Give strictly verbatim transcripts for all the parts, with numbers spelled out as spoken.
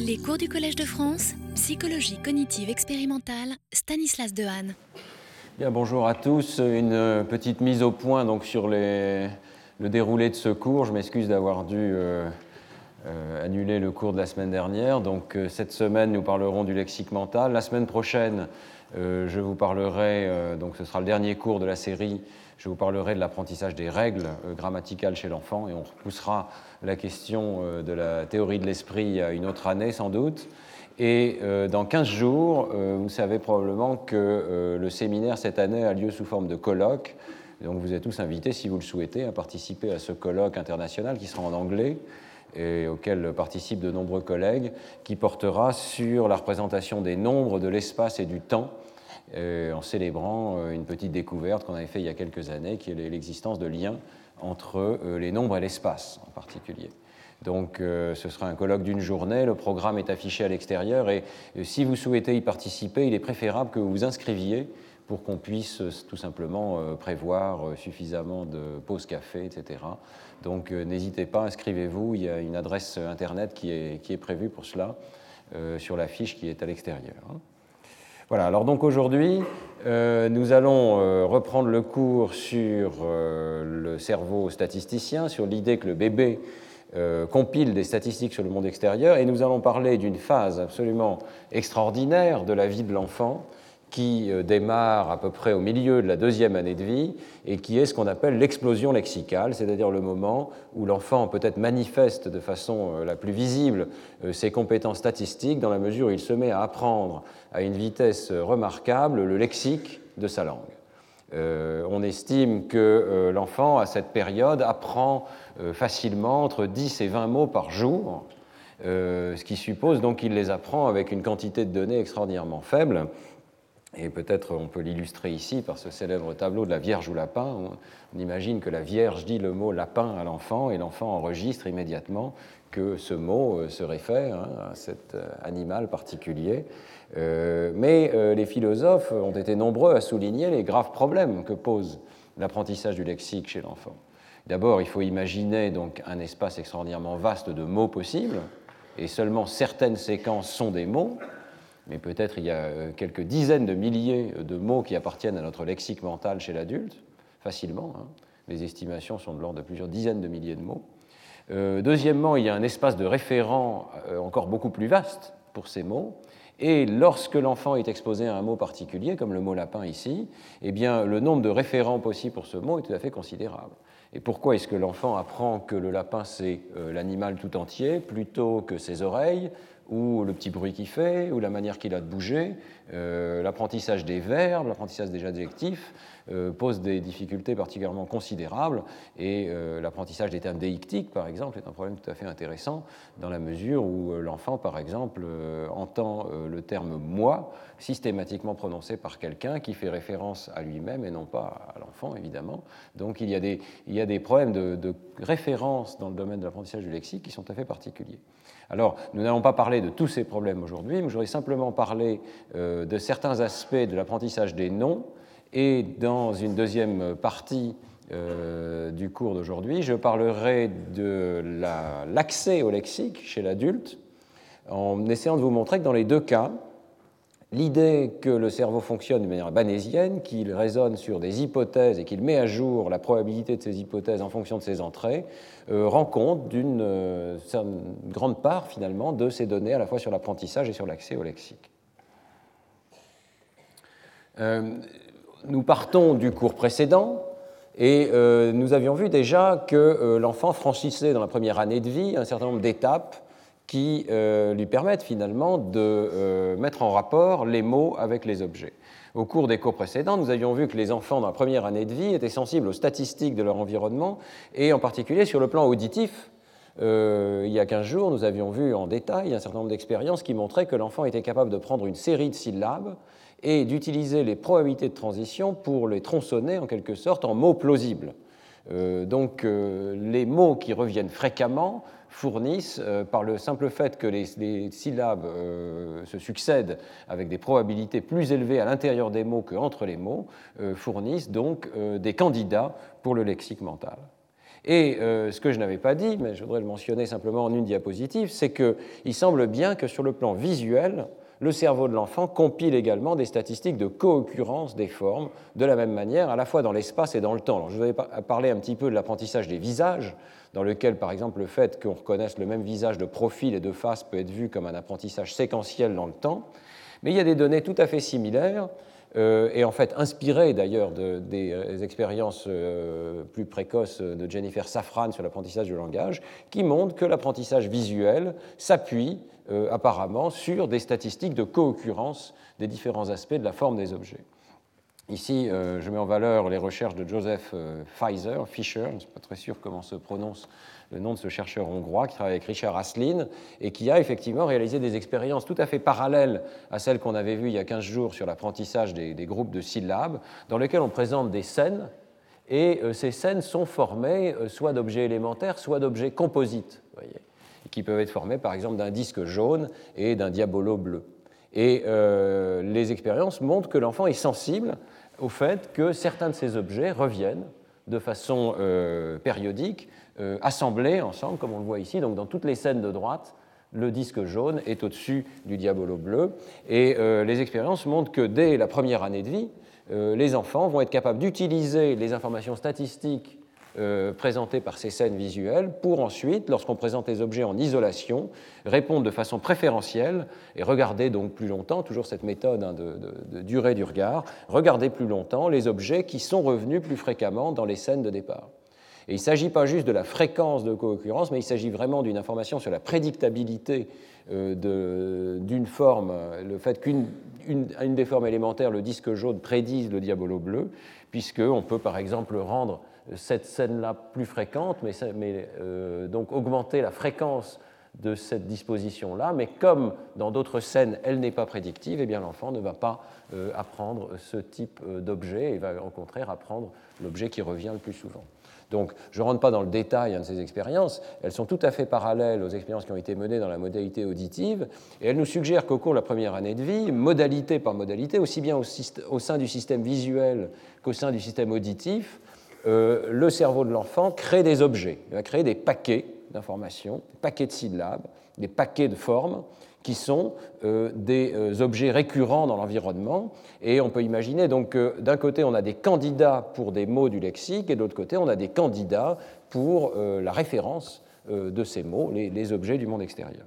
Les cours du Collège de France, psychologie cognitive expérimentale, Stanislas Dehaene. Bien, bonjour à tous. Une petite mise au point donc, sur les, le déroulé de ce cours. Je m'excuse d'avoir dû euh, euh, annuler le cours de la semaine dernière. Donc, euh, cette semaine, nous parlerons du lexique mental. La semaine prochaine, euh, je vous parlerai, euh, donc ce sera le dernier cours de la série, je vous parlerai de l'apprentissage des règles euh, grammaticales chez l'enfant et on repoussera la question euh, de la théorie de l'esprit à une autre année sans doute. Et euh, dans quinze jours, euh, vous savez probablement que euh, le séminaire cette année a lieu sous forme de colloque. Donc vous êtes tous invités, si vous le souhaitez, à participer à ce colloque international qui sera en anglais et auquel participent de nombreux collègues, qui portera sur la représentation des nombres, de l'espace et du temps, euh, en célébrant euh, une petite découverte qu'on avait faite il y a quelques années, qui est l'existence de liens entre euh, les nombres et l'espace en particulier. Donc euh, ce sera un colloque d'une journée, le programme est affiché à l'extérieur et euh, si vous souhaitez y participer, il est préférable que vous vous inscriviez pour qu'on puisse euh, tout simplement euh, prévoir euh, suffisamment de pauses café, et cetera. Donc euh, n'hésitez pas, inscrivez-vous, il y a une adresse internet qui est, qui est prévue pour cela euh, sur la fiche qui est à l'extérieur. Voilà, alors donc aujourd'hui, euh, nous allons euh, reprendre le cours sur euh, le cerveau statisticien, sur l'idée que le bébé Euh, compile des statistiques sur le monde extérieur et nous allons parler d'une phase absolument extraordinaire de la vie de l'enfant qui euh, démarre à peu près au milieu de la deuxième année de vie et qui est ce qu'on appelle l'explosion lexicale, c'est-à-dire le moment où l'enfant peut-être manifeste de façon euh, la plus visible euh, ses compétences statistiques dans la mesure où il se met à apprendre à une vitesse remarquable le lexique de sa langue. Euh, on estime que euh, l'enfant, à cette période, apprend euh, facilement entre dix et vingt mots par jour, euh, ce qui suppose donc qu'il les apprend avec une quantité de données extraordinairement faible. Et peut-être on peut l'illustrer ici par ce célèbre tableau de la Vierge ou lapin. On, on imagine que la Vierge dit le mot lapin à l'enfant et l'enfant enregistre immédiatement que ce mot euh, se réfère hein, à cet euh, animal particulier. Euh, mais euh, les philosophes ont été nombreux à souligner les graves problèmes que pose l'apprentissage du lexique chez l'enfant. D'abord, il faut imaginer donc un espace extraordinairement vaste de mots possibles, et seulement certaines séquences sont des mots, mais peut-être il y a quelques dizaines de milliers de mots qui appartiennent à notre lexique mental chez l'adulte, facilement. Hein. Les estimations sont de l'ordre de plusieurs dizaines de milliers de mots. Euh, deuxièmement, il y a un espace de référent euh, encore beaucoup plus vaste pour ces mots. Et lorsque l'enfant est exposé à un mot particulier, comme le mot lapin ici, eh bien, le nombre de référents possibles pour ce mot est tout à fait considérable. Et pourquoi est-ce que l'enfant apprend que le lapin, c'est euh, l'animal tout entier, plutôt que ses oreilles, ou le petit bruit qu'il fait, ou la manière qu'il a de bouger? euh, L'apprentissage des verbes, l'apprentissage des adjectifs euh, pose des difficultés particulièrement considérables, et euh, l'apprentissage des termes déictiques, par exemple, est un problème tout à fait intéressant, dans la mesure où euh, l'enfant, par exemple, euh, entend euh, le terme « moi » systématiquement prononcé par quelqu'un qui fait référence à lui-même et non pas à l'enfant, évidemment. Donc il y a des, il y a des problèmes de, de référence dans le domaine de l'apprentissage du lexique qui sont tout à fait particuliers. Alors, nous n'allons pas parler de tous ces problèmes aujourd'hui, mais je voudrais simplement parler euh, de certains aspects de l'apprentissage des noms, et dans une deuxième partie euh, du cours d'aujourd'hui, je parlerai de la, l'accès au lexique chez l'adulte, en essayant de vous montrer que dans les deux cas, l'idée que le cerveau fonctionne de manière bayésienne, qu'il raisonne sur des hypothèses et qu'il met à jour la probabilité de ces hypothèses en fonction de ses entrées, euh, rend compte d'une euh, grande part, finalement, de ces données, à la fois sur l'apprentissage et sur l'accès au lexique. Euh, nous partons du cours précédent, et euh, nous avions vu déjà que euh, l'enfant franchissait dans la première année de vie un certain nombre d'étapes qui euh, lui permettent finalement de euh, mettre en rapport les mots avec les objets. Au cours des cours précédents, nous avions vu que les enfants dans la première année de vie étaient sensibles aux statistiques de leur environnement, et en particulier sur le plan auditif. Euh, il y a quinze jours, nous avions vu en détail un certain nombre d'expériences qui montraient que l'enfant était capable de prendre une série de syllabes et d'utiliser les probabilités de transition pour les tronçonner en quelque sorte en mots plausibles. Euh, donc euh, les mots qui reviennent fréquemment fournissent, euh, par le simple fait que les, les syllabes euh, se succèdent avec des probabilités plus élevées à l'intérieur des mots qu'entre les mots, euh, fournissent donc euh, des candidats pour le lexique mental. Et euh, ce que je n'avais pas dit, mais je voudrais le mentionner simplement en une diapositive, c'est qu'il semble bien que sur le plan visuel, le cerveau de l'enfant compile également des statistiques de co-occurrence des formes de la même manière, à la fois dans l'espace et dans le temps. Alors, je vous avais parlé un petit peu de l'apprentissage des visages, dans lequel, par exemple, le fait qu'on reconnaisse le même visage de profil et de face peut être vu comme un apprentissage séquentiel dans le temps. Mais il y a des données tout à fait similaires, euh, et en fait inspirées d'ailleurs de, des, des expériences euh, plus précoces de Jennifer Safran sur l'apprentissage du langage, qui montrent que l'apprentissage visuel s'appuie euh, apparemment sur des statistiques de co-occurrence des différents aspects de la forme des objets. Ici, euh, je mets en valeur les recherches de Joseph euh, Pfizer, Fischer, je ne suis pas très sûr comment se prononce le nom de ce chercheur hongrois qui travaille avec Richard Aslin et qui a effectivement réalisé des expériences tout à fait parallèles à celles qu'on avait vues il y a quinze jours sur l'apprentissage des, des groupes de syllabes, dans lesquelles on présente des scènes, et euh, ces scènes sont formées euh, soit d'objets élémentaires, soit d'objets composites, vous voyez, qui peuvent être formés par exemple d'un disque jaune et d'un diabolo bleu. Et euh, les expériences montrent que l'enfant est sensible au fait que certains de ces objets reviennent de façon euh, périodique, euh, assemblés ensemble, comme on le voit ici. Donc, dans toutes les scènes de droite, le disque jaune est au-dessus du diabolo bleu. Et euh, les expériences montrent que dès la première année de vie, euh, les enfants vont être capables d'utiliser les informations statistiques Euh, présentées par ces scènes visuelles pour ensuite, lorsqu'on présente les objets en isolation, répondre de façon préférentielle et regarder donc plus longtemps, toujours cette méthode hein, de, de, de durée du regard, regarder plus longtemps les objets qui sont revenus plus fréquemment dans les scènes de départ. Et il ne s'agit pas juste de la fréquence de co-occurrence, mais il s'agit vraiment d'une information sur la prédictabilité euh, d'une forme, le fait qu'une une, une des formes élémentaires, le disque jaune, prédise le diabolo bleu, puisqu'on peut par exemple rendre cette scène-là plus fréquente, mais, mais euh, donc augmenter la fréquence de cette disposition-là, mais comme dans d'autres scènes, elle n'est pas prédictive, eh bien l'enfant ne va pas euh, apprendre ce type d'objet, il va au contraire apprendre l'objet qui revient le plus souvent. Donc, je ne rentre pas dans le détail hein, de ces expériences, elles sont tout à fait parallèles aux expériences qui ont été menées dans la modalité auditive, et elles nous suggèrent qu'au cours de la première année de vie, modalité par modalité, aussi bien au, au sein du système visuel qu'au sein du système auditif, Euh, le cerveau de l'enfant crée des objets, il va créer des paquets d'informations, des paquets de syllabes, des paquets de formes qui sont euh, des euh, objets récurrents dans l'environnement. Et on peut imaginer donc que d'un côté on a des candidats pour des mots du lexique et de l'autre côté on a des candidats pour euh, la référence euh, de ces mots, les, les objets du monde extérieur.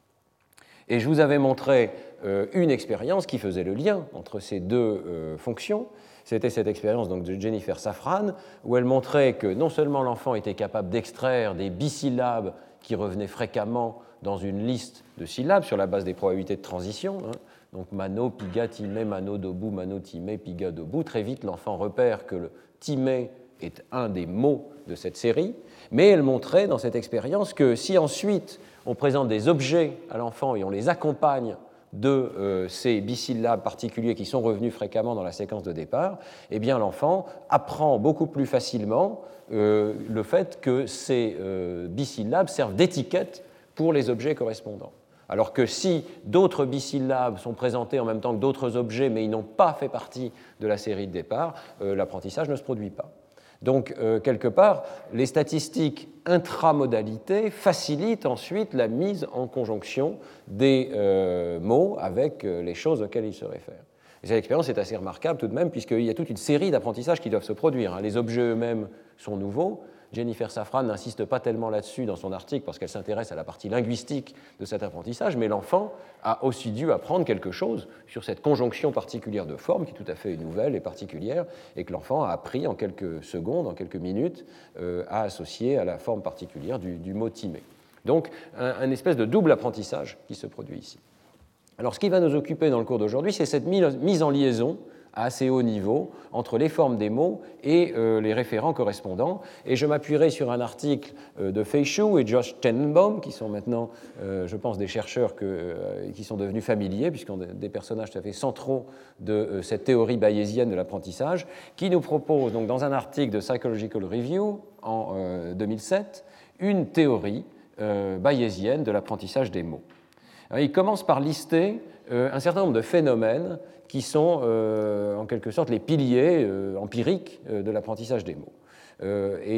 Et je vous avais montré euh, une expérience qui faisait le lien entre ces deux euh, fonctions. C'était cette expérience donc, de Jennifer Safran, où elle montrait que non seulement l'enfant était capable d'extraire des bisyllabes qui revenaient fréquemment dans une liste de syllabes sur la base des probabilités de transition, hein, donc mano, piga, timé, mano, debout, mano, timé, piga, debout. Très vite, l'enfant repère que le timé est un des mots de cette série, mais elle montrait dans cette expérience que si ensuite on présente des objets à l'enfant et on les accompagne de euh, ces bisyllabes particuliers qui sont revenus fréquemment dans la séquence de départ, eh bien l'enfant apprend beaucoup plus facilement euh, le fait que ces euh, bisyllabes servent d'étiquette pour les objets correspondants. Alors que si d'autres bisyllabes sont présentés en même temps que d'autres objets, mais ils n'ont pas fait partie de la série de départ, euh, l'apprentissage ne se produit pas. Donc, euh, quelque part, les statistiques intramodalité facilitent ensuite la mise en conjonction des euh, mots avec euh, les choses auxquelles ils se réfèrent. Et cette expérience est assez remarquable tout de même, puisqu'il y a toute une série d'apprentissages qui doivent se produire. Hein. Les objets eux-mêmes sont nouveaux. Jennifer Safran n'insiste pas tellement là-dessus dans son article parce qu'elle s'intéresse à la partie linguistique de cet apprentissage, mais l'enfant a aussi dû apprendre quelque chose sur cette conjonction particulière de formes qui est tout à fait nouvelle et particulière et que l'enfant a appris en quelques secondes, en quelques minutes, euh, à associer à la forme particulière du, du mot timé. Donc, un, un espèce de double apprentissage qui se produit ici. Alors, ce qui va nous occuper dans le cours d'aujourd'hui, c'est cette mise en liaison à assez haut niveau entre les formes des mots et euh, les référents correspondants. Et je m'appuierai sur un article euh, de Fei Shu et Josh Tenenbaum, qui sont maintenant, euh, je pense, des chercheurs que, euh, qui sont devenus familiers, puisqu'ils sont des personnages tout à fait centraux de euh, cette théorie bayésienne de l'apprentissage, qui nous propose, donc, dans un article de Psychological Review en euh, deux mille sept, une théorie euh, bayésienne de l'apprentissage des mots. Alors, il commence par lister euh, un certain nombre de phénomènes qui sont euh, en quelque sorte les piliers euh, empiriques euh, de l'apprentissage des mots. Euh, et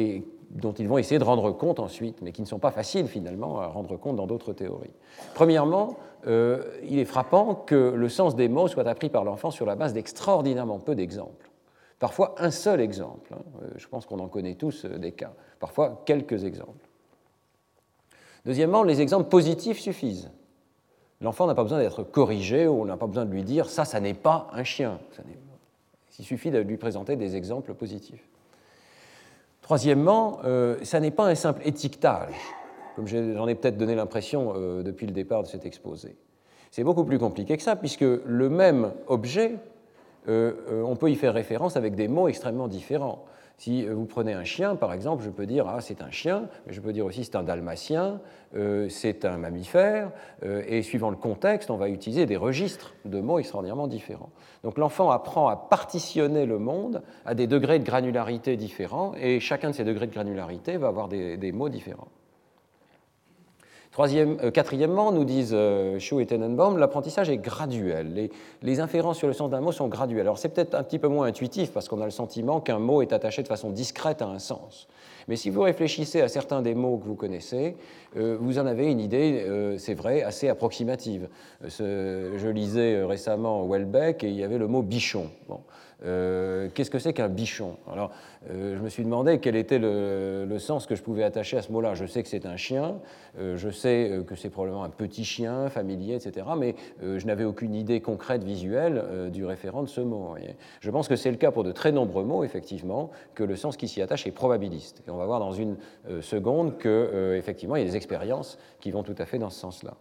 dont ils vont essayer de rendre compte ensuite, mais qui ne sont pas faciles finalement à rendre compte dans d'autres théories. Premièrement, euh, il est frappant que le sens des mots soit appris par l'enfant sur la base d'extraordinairement peu d'exemples. Parfois un seul exemple, hein. Je pense qu'on en connaît tous des cas, parfois quelques exemples. Deuxièmement, les exemples positifs suffisent. L'enfant n'a pas besoin d'être corrigé ou on n'a pas besoin de lui dire « ça, ça n'est pas un chien ». Il suffit de lui présenter des exemples positifs. Troisièmement, euh, ça n'est pas un simple étiquetage, comme j'en ai peut-être donné l'impression euh, depuis le départ de cet exposé. C'est beaucoup plus compliqué que ça, puisque le même objet, euh, euh, on peut y faire référence avec des mots extrêmement différents. Si vous prenez un chien, par exemple, je peux dire « ah, c'est un chien », mais je peux dire aussi « c'est un dalmatien euh, »,« c'est un mammifère euh, », et suivant le contexte, on va utiliser des registres de mots extraordinairement différents. Donc l'enfant apprend à partitionner le monde à des degrés de granularité différents, et chacun de ces degrés de granularité va avoir des, des mots différents. Troisième, euh, quatrièmement, nous disent euh, Schuh et Tenenbaum, l'apprentissage est graduel. Les, les inférences sur le sens d'un mot sont graduelles. Alors c'est peut-être un petit peu moins intuitif parce qu'on a le sentiment qu'un mot est attaché de façon discrète à un sens. Mais si vous réfléchissez à certains des mots que vous connaissez, euh, vous en avez une idée, euh, c'est vrai, assez approximative. Ce, je lisais récemment Welbeck et il y avait le mot bichon. Bon. Euh, qu'est-ce que c'est qu'un bichon? Alors, euh, je me suis demandé quel était le, le sens que je pouvais attacher à ce mot-là. Je sais que c'est un chien, euh, je sais que c'est probablement un petit chien, familier, et cetera, mais euh, je n'avais aucune idée concrète, visuelle, euh, du référent de ce mot. Voyez. Je pense que c'est le cas pour de très nombreux mots, effectivement, que le sens qui s'y attache est probabiliste. Et on va voir dans une euh, seconde que, euh, effectivement, il y a des expériences qui vont tout à fait dans ce sens-là.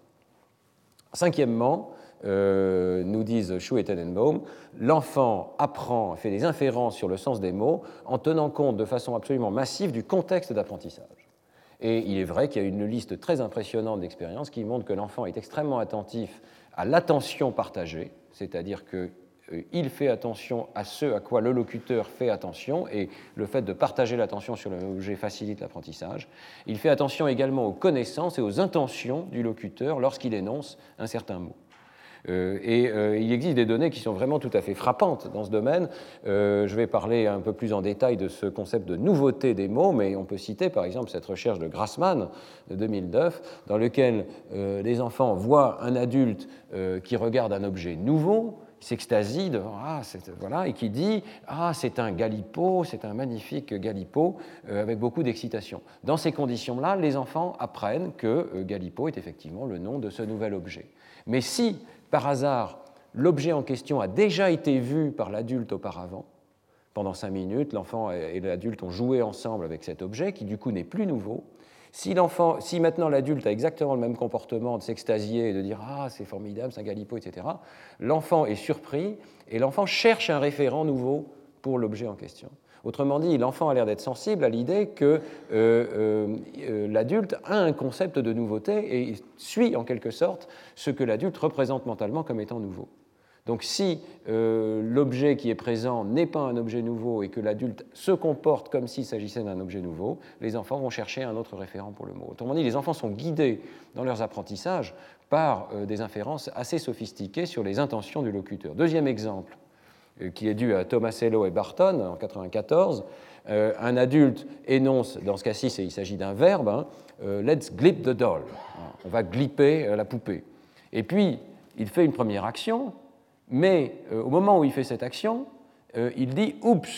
Cinquièmement, Euh, nous disent Schuh et Tenenbaum, l'enfant apprend, fait des inférences sur le sens des mots en tenant compte de façon absolument massive du contexte d'apprentissage. Et il est vrai qu'il y a une liste très impressionnante d'expériences qui montre que l'enfant est extrêmement attentif à l'attention partagée, c'est-à-dire qu'il fait attention à ce à quoi le locuteur fait attention, et le fait de partager l'attention sur l'objet facilite l'apprentissage. Il fait attention également aux connaissances et aux intentions du locuteur lorsqu'il énonce un certain mot. Euh, et euh, il existe des données qui sont vraiment tout à fait frappantes dans ce domaine. Euh, je vais parler un peu plus en détail de ce concept de nouveauté des mots, mais on peut citer par exemple cette recherche de Grassmann de deux mille neuf, dans lequel euh, les enfants voient un adulte euh, qui regarde un objet nouveau, qui s'extasie devant, ah, voilà, et qui dit « Ah, c'est un galipot, c'est un magnifique galipot euh, », avec beaucoup d'excitation. Dans ces conditions-là, les enfants apprennent que euh, galipot est effectivement le nom de ce nouvel objet. Mais si par hasard, l'objet en question a déjà été vu par l'adulte auparavant. Pendant cinq minutes, l'enfant et l'adulte ont joué ensemble avec cet objet, qui du coup n'est plus nouveau. Si, l'enfant, si maintenant l'adulte a exactement le même comportement de s'extasier et de dire « Ah, c'est formidable, c'est un galipot, et cetera », l'enfant est surpris et l'enfant cherche un référent nouveau pour l'objet en question. Autrement dit, l'enfant a l'air d'être sensible à l'idée que euh, euh, euh, l'adulte a un concept de nouveauté et suit en quelque sorte ce que l'adulte représente mentalement comme étant nouveau. Donc si euh, l'objet qui est présent n'est pas un objet nouveau et que l'adulte se comporte comme s'il s'agissait d'un objet nouveau, les enfants vont chercher un autre référent pour le mot. Autrement dit, les enfants sont guidés dans leurs apprentissages par euh, des inférences assez sophistiquées sur les intentions du locuteur. Deuxième exemple, qui est dû à Tomasello et Barton en mille neuf cent quatre-vingt-quatorze. Euh, un adulte énonce, dans ce cas-ci, il s'agit d'un verbe, hein, euh, « let's glip the doll », on va glipper euh, la poupée. Et puis, il fait une première action, mais euh, au moment où il fait cette action, euh, il dit « oups ».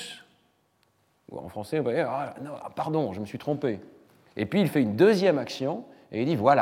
En français, on va dire ah, « non, pardon, je me suis trompé ». Et puis, il fait une deuxième action, et il dit « voilà ».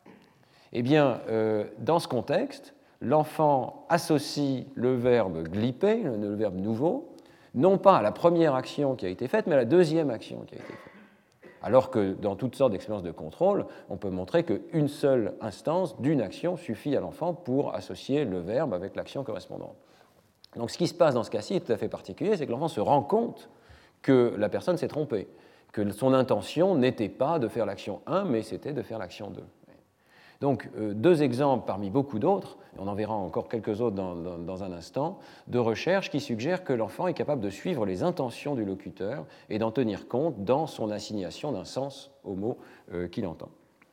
Eh bien, euh, dans ce contexte, l'enfant associe le verbe glipper, le verbe nouveau, non pas à la première action qui a été faite, mais à la deuxième action qui a été faite. Alors que dans toutes sortes d'expériences de contrôle, on peut montrer qu'une seule instance d'une action suffit à l'enfant pour associer le verbe avec l'action correspondante. Donc ce qui se passe dans ce cas-ci est tout à fait particulier, c'est que l'enfant se rend compte que la personne s'est trompée, que son intention n'était pas de faire l'action un, mais c'était de faire l'action deux. Donc, euh, deux exemples parmi beaucoup d'autres, on en verra encore quelques autres dans, dans, dans un instant, de recherches qui suggèrent que l'enfant est capable de suivre les intentions du locuteur et d'en tenir compte dans son assignation d'un sens au mot euh, qu'il entend.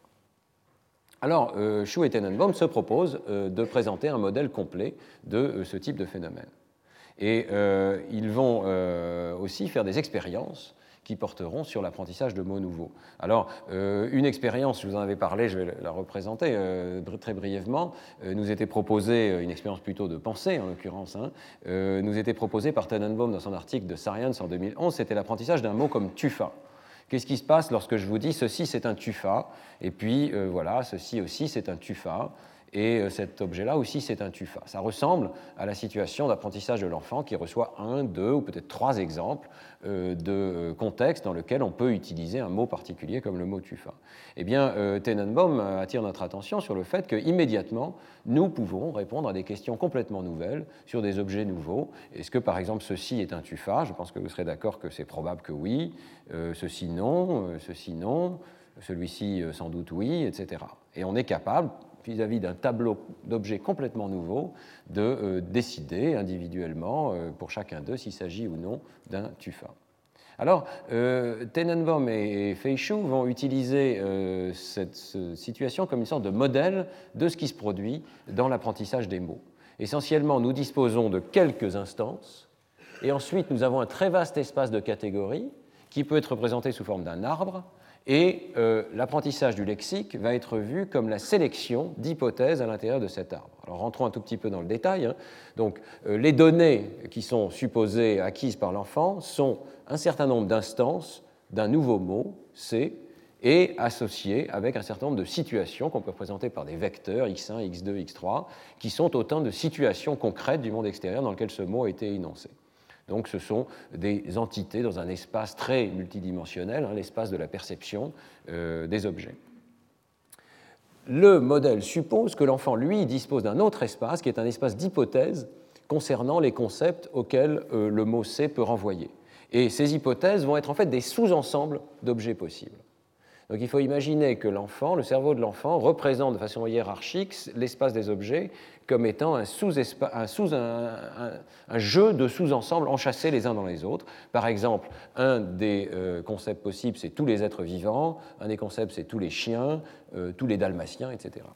Alors, euh, Schuh et Tenenbaum se proposent euh, de présenter un modèle complet de euh, ce type de phénomène. Et euh, ils vont euh, aussi faire des expériences qui porteront sur l'apprentissage de mots nouveaux. Alors, euh, une expérience, je vous en avais parlé, je vais la représenter euh, très brièvement, euh, nous était proposée, une expérience plutôt de pensée en l'occurrence, hein, euh, nous était proposée par Tenenbaum dans son article de Science en deux mille onze, c'était l'apprentissage d'un mot comme tufa. Qu'est-ce qui se passe lorsque je vous dis ceci c'est un tufa, et puis euh, voilà, ceci aussi c'est un tufa, et euh, cet objet-là aussi c'est un tufa. Ça ressemble à la situation d'apprentissage de l'enfant qui reçoit un, deux ou peut-être trois exemples euh, de contextes dans lesquels on peut utiliser un mot particulier comme le mot tufa. Eh bien, euh, Tenenbaum attire notre attention sur le fait qu'immédiatement, nous pouvons répondre à des questions complètement nouvelles sur des objets nouveaux. Est-ce que, par exemple, ceci est un tufa? Je pense que vous serez d'accord que c'est probable que oui. Euh, ceci non, euh, ceci non, celui-ci euh, sans doute oui, et cetera. Et on est capable, vis-à-vis d'un tableau d'objets complètement nouveaux, de euh, décider individuellement euh, pour chacun d'eux s'il s'agit ou non d'un tufa. Alors, euh, Tenenbaum et Feichou vont utiliser euh, cette, cette situation comme une sorte de modèle de ce qui se produit dans l'apprentissage des mots. Essentiellement, nous disposons de quelques instances, et ensuite nous avons un très vaste espace de catégories qui peut être représenté sous forme d'un arbre, et euh, l'apprentissage du lexique va être vu comme la sélection d'hypothèses à l'intérieur de cet arbre. Alors rentrons un tout petit peu dans le détail. Hein. Donc, euh, les données qui sont supposées acquises par l'enfant sont un certain nombre d'instances d'un nouveau mot, C, et associées avec un certain nombre de situations qu'on peut représenter par des vecteurs x un, x deux, x trois, qui sont autant de situations concrètes du monde extérieur dans lequel ce mot a été énoncé. Donc ce sont des entités dans un espace très multidimensionnel, hein, l'espace de la perception euh, des objets. Le modèle suppose que l'enfant, lui, dispose d'un autre espace, qui est un espace d'hypothèses concernant les concepts auxquels euh, le mot C peut renvoyer. Et ces hypothèses vont être en fait des sous-ensembles d'objets possibles. Donc il faut imaginer que l'enfant, le cerveau de l'enfant, représente de façon hiérarchique l'espace des objets comme étant un, sous un, sous un, un, un jeu de sous-ensembles enchâssés les uns dans les autres. Par exemple, un des euh, concepts possibles, c'est tous les êtres vivants, un des concepts, c'est tous les chiens, euh, tous les dalmatiens, et cetera.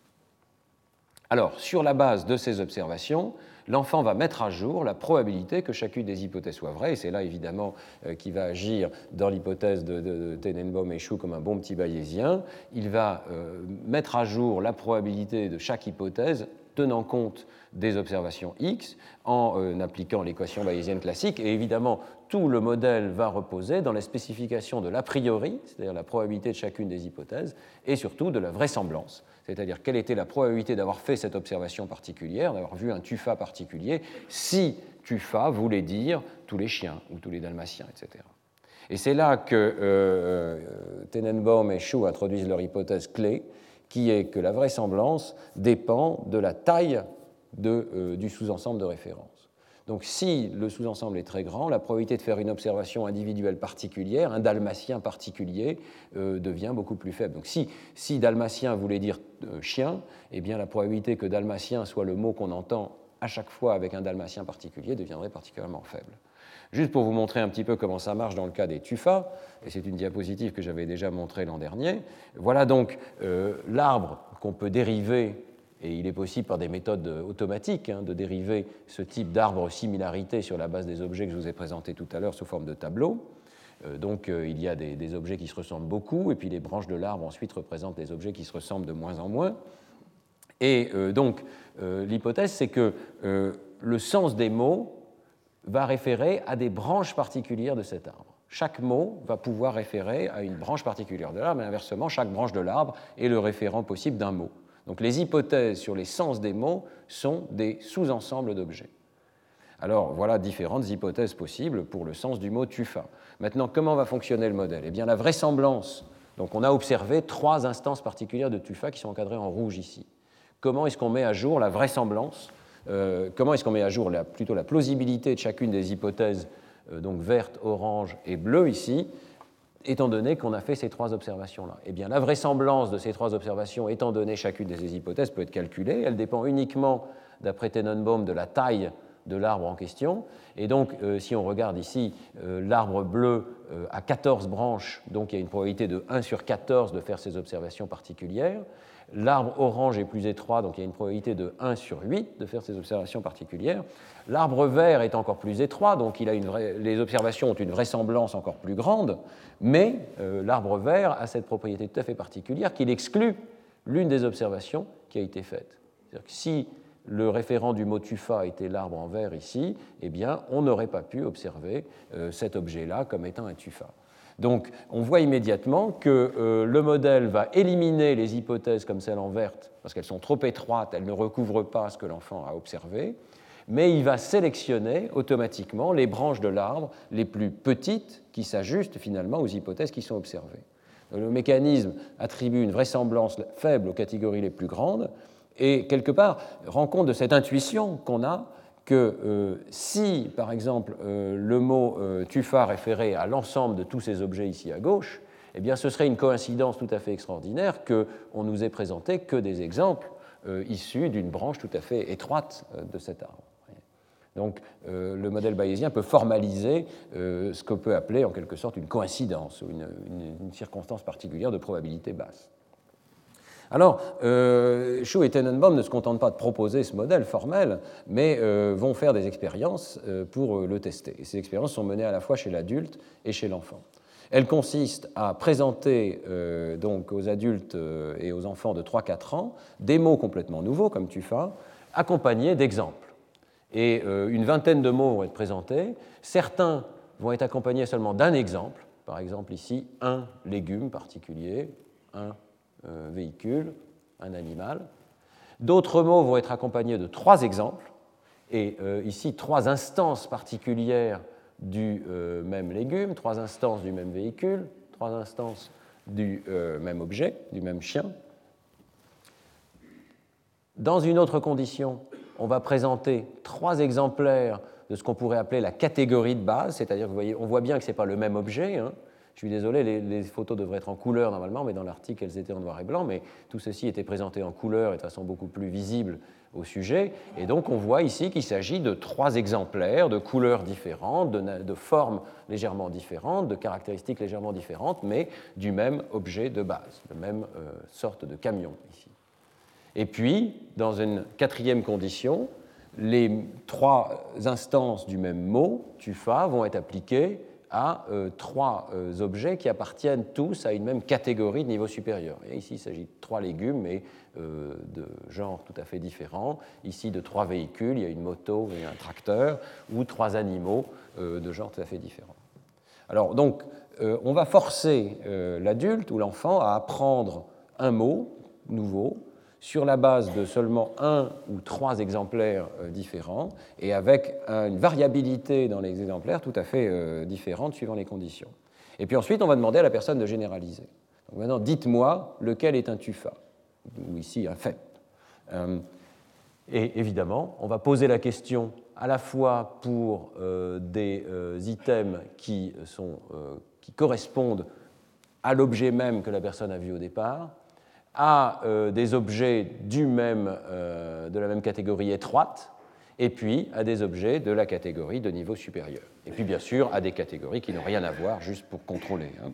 Alors, sur la base de ces observations, l'enfant va mettre à jour la probabilité que chacune des hypothèses soit vraie, et c'est là évidemment euh, qu'il va agir dans l'hypothèse de, de, de Tenenbaum et Chou comme un bon petit bayésien. Il va euh, mettre à jour la probabilité de chaque hypothèse tenant compte des observations X en euh, appliquant l'équation bayésienne classique, et évidemment tout le modèle va reposer dans la spécification de l'a priori, c'est-à-dire la probabilité de chacune des hypothèses, et surtout de la vraisemblance, c'est-à-dire quelle était la probabilité d'avoir fait cette observation particulière, d'avoir vu un tufa particulier, si tufa voulait dire tous les chiens ou tous les dalmatiens, et cetera. Et c'est là que euh, Tenenbaum et Chou introduisent leur hypothèse clé, qui est que la vraisemblance dépend de la taille de, euh, du sous-ensemble de référence. Donc si le sous-ensemble est très grand, la probabilité de faire une observation individuelle particulière, un dalmatien particulier, euh, devient beaucoup plus faible. Donc si, si dalmatien voulait dire euh, chien, eh bien la probabilité que dalmatien soit le mot qu'on entend à chaque fois avec un dalmatien particulier deviendrait particulièrement faible. Juste pour vous montrer un petit peu comment ça marche dans le cas des tufas, et c'est une diapositive que j'avais déjà montrée l'an dernier, voilà donc euh, l'arbre qu'on peut dériver, et il est possible par des méthodes automatiques hein, de dériver ce type d'arbre similarité sur la base des objets que je vous ai présentés tout à l'heure sous forme de tableau. Euh, donc euh, il y a des, des objets qui se ressemblent beaucoup, et puis les branches de l'arbre ensuite représentent des objets qui se ressemblent de moins en moins. Et euh, donc euh, l'hypothèse, c'est que euh, le sens des mots va référer à des branches particulières de cet arbre. Chaque mot va pouvoir référer à une branche particulière de l'arbre, et inversement, chaque branche de l'arbre est le référent possible d'un mot. Donc les hypothèses sur les sens des mots sont des sous-ensembles d'objets. Alors voilà différentes hypothèses possibles pour le sens du mot tufa. Maintenant, comment va fonctionner le modèle? Eh bien, la vraisemblance. Donc on a observé trois instances particulières de tufa qui sont encadrées en rouge ici. Comment est-ce qu'on met à jour la vraisemblance? Euh, comment est-ce qu'on met à jour la, plutôt la plausibilité de chacune des hypothèses, euh, donc verte, orange et bleue ici, étant donné qu'on a fait ces trois observations-là? Eh bien, la vraisemblance de ces trois observations, étant donné chacune de ces hypothèses, peut être calculée. Elle dépend uniquement, d'après Tenenbaum, de la taille de l'arbre en question. Et donc, euh, si on regarde ici, euh, l'arbre bleu euh, a quatorze branches, donc il y a une probabilité de un sur quatorze de faire ces observations particulières. L'arbre orange est plus étroit, donc il y a une probabilité de un sur huit de faire ces observations particulières. L'arbre vert est encore plus étroit, donc il a une vraie, les observations ont une vraisemblance encore plus grande, mais euh, l'arbre vert a cette propriété tout à fait particulière qu'il exclut l'une des observations qui a été faite. C'est-à-dire que si le référent du mot tufa était l'arbre en vert ici, eh bien, on n'aurait pas pu observer euh, cet objet-là comme étant un tufa. Donc, on voit immédiatement que euh, le modèle va éliminer les hypothèses comme celle en verte, parce qu'elles sont trop étroites, elles ne recouvrent pas ce que l'enfant a observé, mais il va sélectionner automatiquement les branches de l'arbre les plus petites qui s'ajustent finalement aux hypothèses qui sont observées. Donc, le mécanisme attribue une vraisemblance faible aux catégories les plus grandes, et quelque part rend compte de cette intuition qu'on a que euh, si, par exemple, euh, le mot euh, tufa référait à l'ensemble de tous ces objets ici à gauche, eh bien, ce serait une coïncidence tout à fait extraordinaire qu'on nous ait présenté que des exemples euh, issus d'une branche tout à fait étroite euh, de cet arbre. Donc, euh, le modèle bayésien peut formaliser euh, ce qu'on peut appeler en quelque sorte une coïncidence ou une, une, une circonstance particulière de probabilité basse. Alors, euh, Shu et Tenenbaum ne se contentent pas de proposer ce modèle formel, mais euh, vont faire des expériences euh, pour euh, le tester. Et ces expériences sont menées à la fois chez l'adulte et chez l'enfant. Elles consistent à présenter euh, donc aux adultes euh, et aux enfants de trois à quatre ans des mots complètement nouveaux, comme tufa, accompagnés d'exemples. Et euh, une vingtaine de mots vont être présentés. Certains vont être accompagnés seulement d'un exemple, par exemple ici, un légume particulier, un Euh, véhicule, un animal. D'autres mots vont être accompagnés de trois exemples, et euh, ici trois instances particulières du euh, même légume, trois instances du même véhicule, trois instances du euh, même objet, du même chien. Dans une autre condition, on va présenter trois exemplaires de ce qu'on pourrait appeler la catégorie de base, c'est-à-dire qu'on voit bien que ce n'est pas le même objet, hein. Je suis désolé, les, les photos devraient être en couleur normalement, mais dans l'article, elles étaient en noir et blanc, mais tout ceci était présenté en couleur et de façon beaucoup plus visible au sujet. Et donc, on voit ici qu'il s'agit de trois exemplaires de couleurs différentes, de, de formes légèrement différentes, de caractéristiques légèrement différentes, mais du même objet de base, de même euh, sorte de camion ici. Et puis, dans une quatrième condition, les trois instances du même mot, tufa, vont être appliquées à euh, trois euh, objets qui appartiennent tous à une même catégorie de niveau supérieur. Et ici, il s'agit de trois légumes, mais euh, de genres tout à fait différents. Ici, de trois véhicules, il y a une moto et un tracteur, ou trois animaux euh, de genres tout à fait différents. Alors, donc, euh, on va forcer euh, l'adulte ou l'enfant à apprendre un mot nouveau, sur la base de seulement un ou trois exemplaires euh, différents et avec un, une variabilité dans les exemplaires tout à fait euh, différente suivant les conditions. Et puis ensuite, on va demander à la personne de généraliser. Donc maintenant, dites-moi lequel est un tufa, ou ici un fait. Euh, et évidemment, on va poser la question à la fois pour euh, des euh, items qui, sont, euh, qui correspondent à l'objet même que la personne a vu au départ, à euh, des objets du même, euh, de la même catégorie étroite, et puis à des objets de la catégorie de niveau supérieur. Et puis bien sûr à des catégories qui n'ont rien à voir, juste pour contrôler. Hein.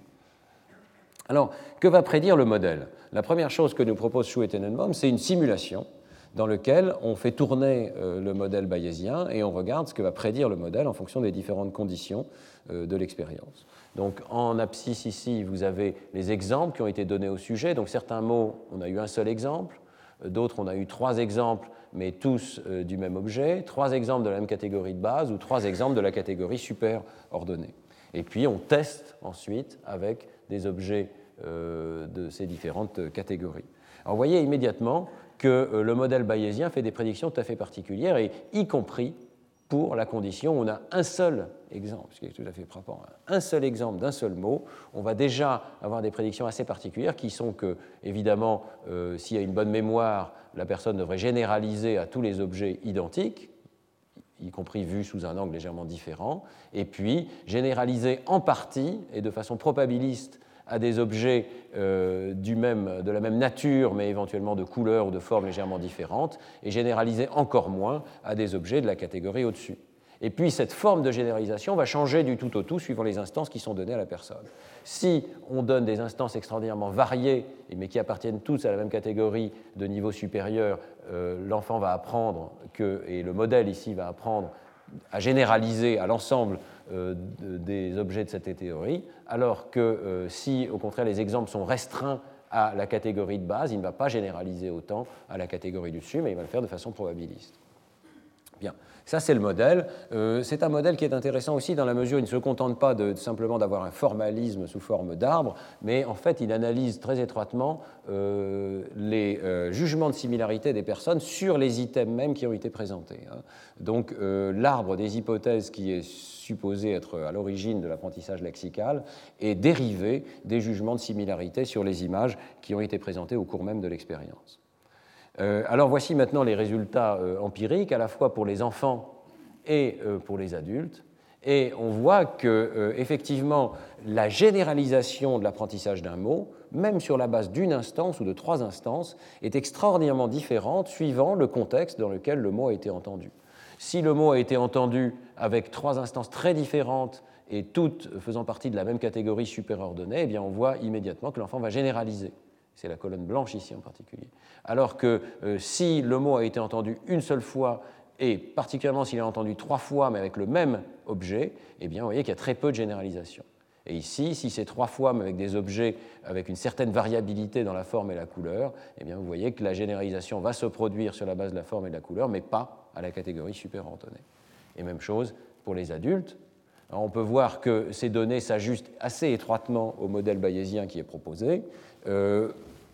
Alors, que va prédire le modèle? La première chose que nous propose Shu et Tenenbaum, c'est une simulation dans laquelle on fait tourner euh, le modèle bayésien et on regarde ce que va prédire le modèle en fonction des différentes conditions euh, de l'expérience. Donc en abscisse ici, vous avez les exemples qui ont été donnés au sujet. Donc certains mots, on a eu un seul exemple, d'autres, on a eu trois exemples, mais tous euh, du même objet, trois exemples de la même catégorie de base ou trois exemples de la catégorie super ordonnée. Et puis on teste ensuite avec des objets euh, de ces différentes catégories. Alors vous voyez immédiatement que euh, le modèle bayésien fait des prédictions tout à fait particulières, et y compris pour la condition où on a un seul exemple, ce qui est tout à fait frappant, un seul exemple d'un seul mot, on va déjà avoir des prédictions assez particulières qui sont que, évidemment, euh, s'il y a une bonne mémoire, la personne devrait généraliser à tous les objets identiques, y compris vus sous un angle légèrement différent, et puis généraliser en partie et de façon probabiliste à des objets euh, du même, de la même nature, mais éventuellement de couleur ou de forme légèrement différentes, et généraliser encore moins à des objets de la catégorie au-dessus. Et puis cette forme de généralisation va changer du tout au tout suivant les instances qui sont données à la personne. Si on donne des instances extraordinairement variées, mais qui appartiennent tous à la même catégorie de niveau supérieur, euh, l'enfant va apprendre, que, et le modèle ici va apprendre à généraliser à l'ensemble euh, de, des objets de cette théorie, alors que euh, si au contraire les exemples sont restreints à la catégorie de base, il ne va pas généraliser autant à la catégorie du dessus, mais il va le faire de façon probabiliste. Bien. Ça, c'est le modèle. Euh, c'est un modèle qui est intéressant aussi dans la mesure où il ne se contente pas de, de simplement d'avoir un formalisme sous forme d'arbre, mais en fait, il analyse très étroitement euh, les euh, jugements de similarité des personnes sur les items mêmes qui ont été présentés. Hein. Donc, euh, l'arbre des hypothèses qui est supposé être à l'origine de l'apprentissage lexical est dérivé des jugements de similarité sur les images qui ont été présentées au cours même de l'expérience. Euh, alors voici maintenant les résultats euh, empiriques, à la fois pour les enfants et euh, pour les adultes. Et on voit que, euh, effectivement, la généralisation de l'apprentissage d'un mot, même sur la base d'une instance ou de trois instances, est extraordinairement différente suivant le contexte dans lequel le mot a été entendu. Si le mot a été entendu avec trois instances très différentes et toutes faisant partie de la même catégorie superordonnée, eh bien on voit immédiatement que l'enfant va généraliser. C'est la colonne blanche ici en particulier. Alors que euh, si le mot a été entendu une seule fois, et particulièrement s'il est entendu trois fois, mais avec le même objet, eh bien, vous voyez qu'il y a très peu de généralisation. Et ici, si c'est trois fois, mais avec des objets avec une certaine variabilité dans la forme et la couleur, eh bien, vous voyez que la généralisation va se produire sur la base de la forme et de la couleur, mais pas à la catégorie superordonnée. Et même chose pour les adultes. Alors, on peut voir que ces données s'ajustent assez étroitement au modèle bayésien qui est proposé. Euh,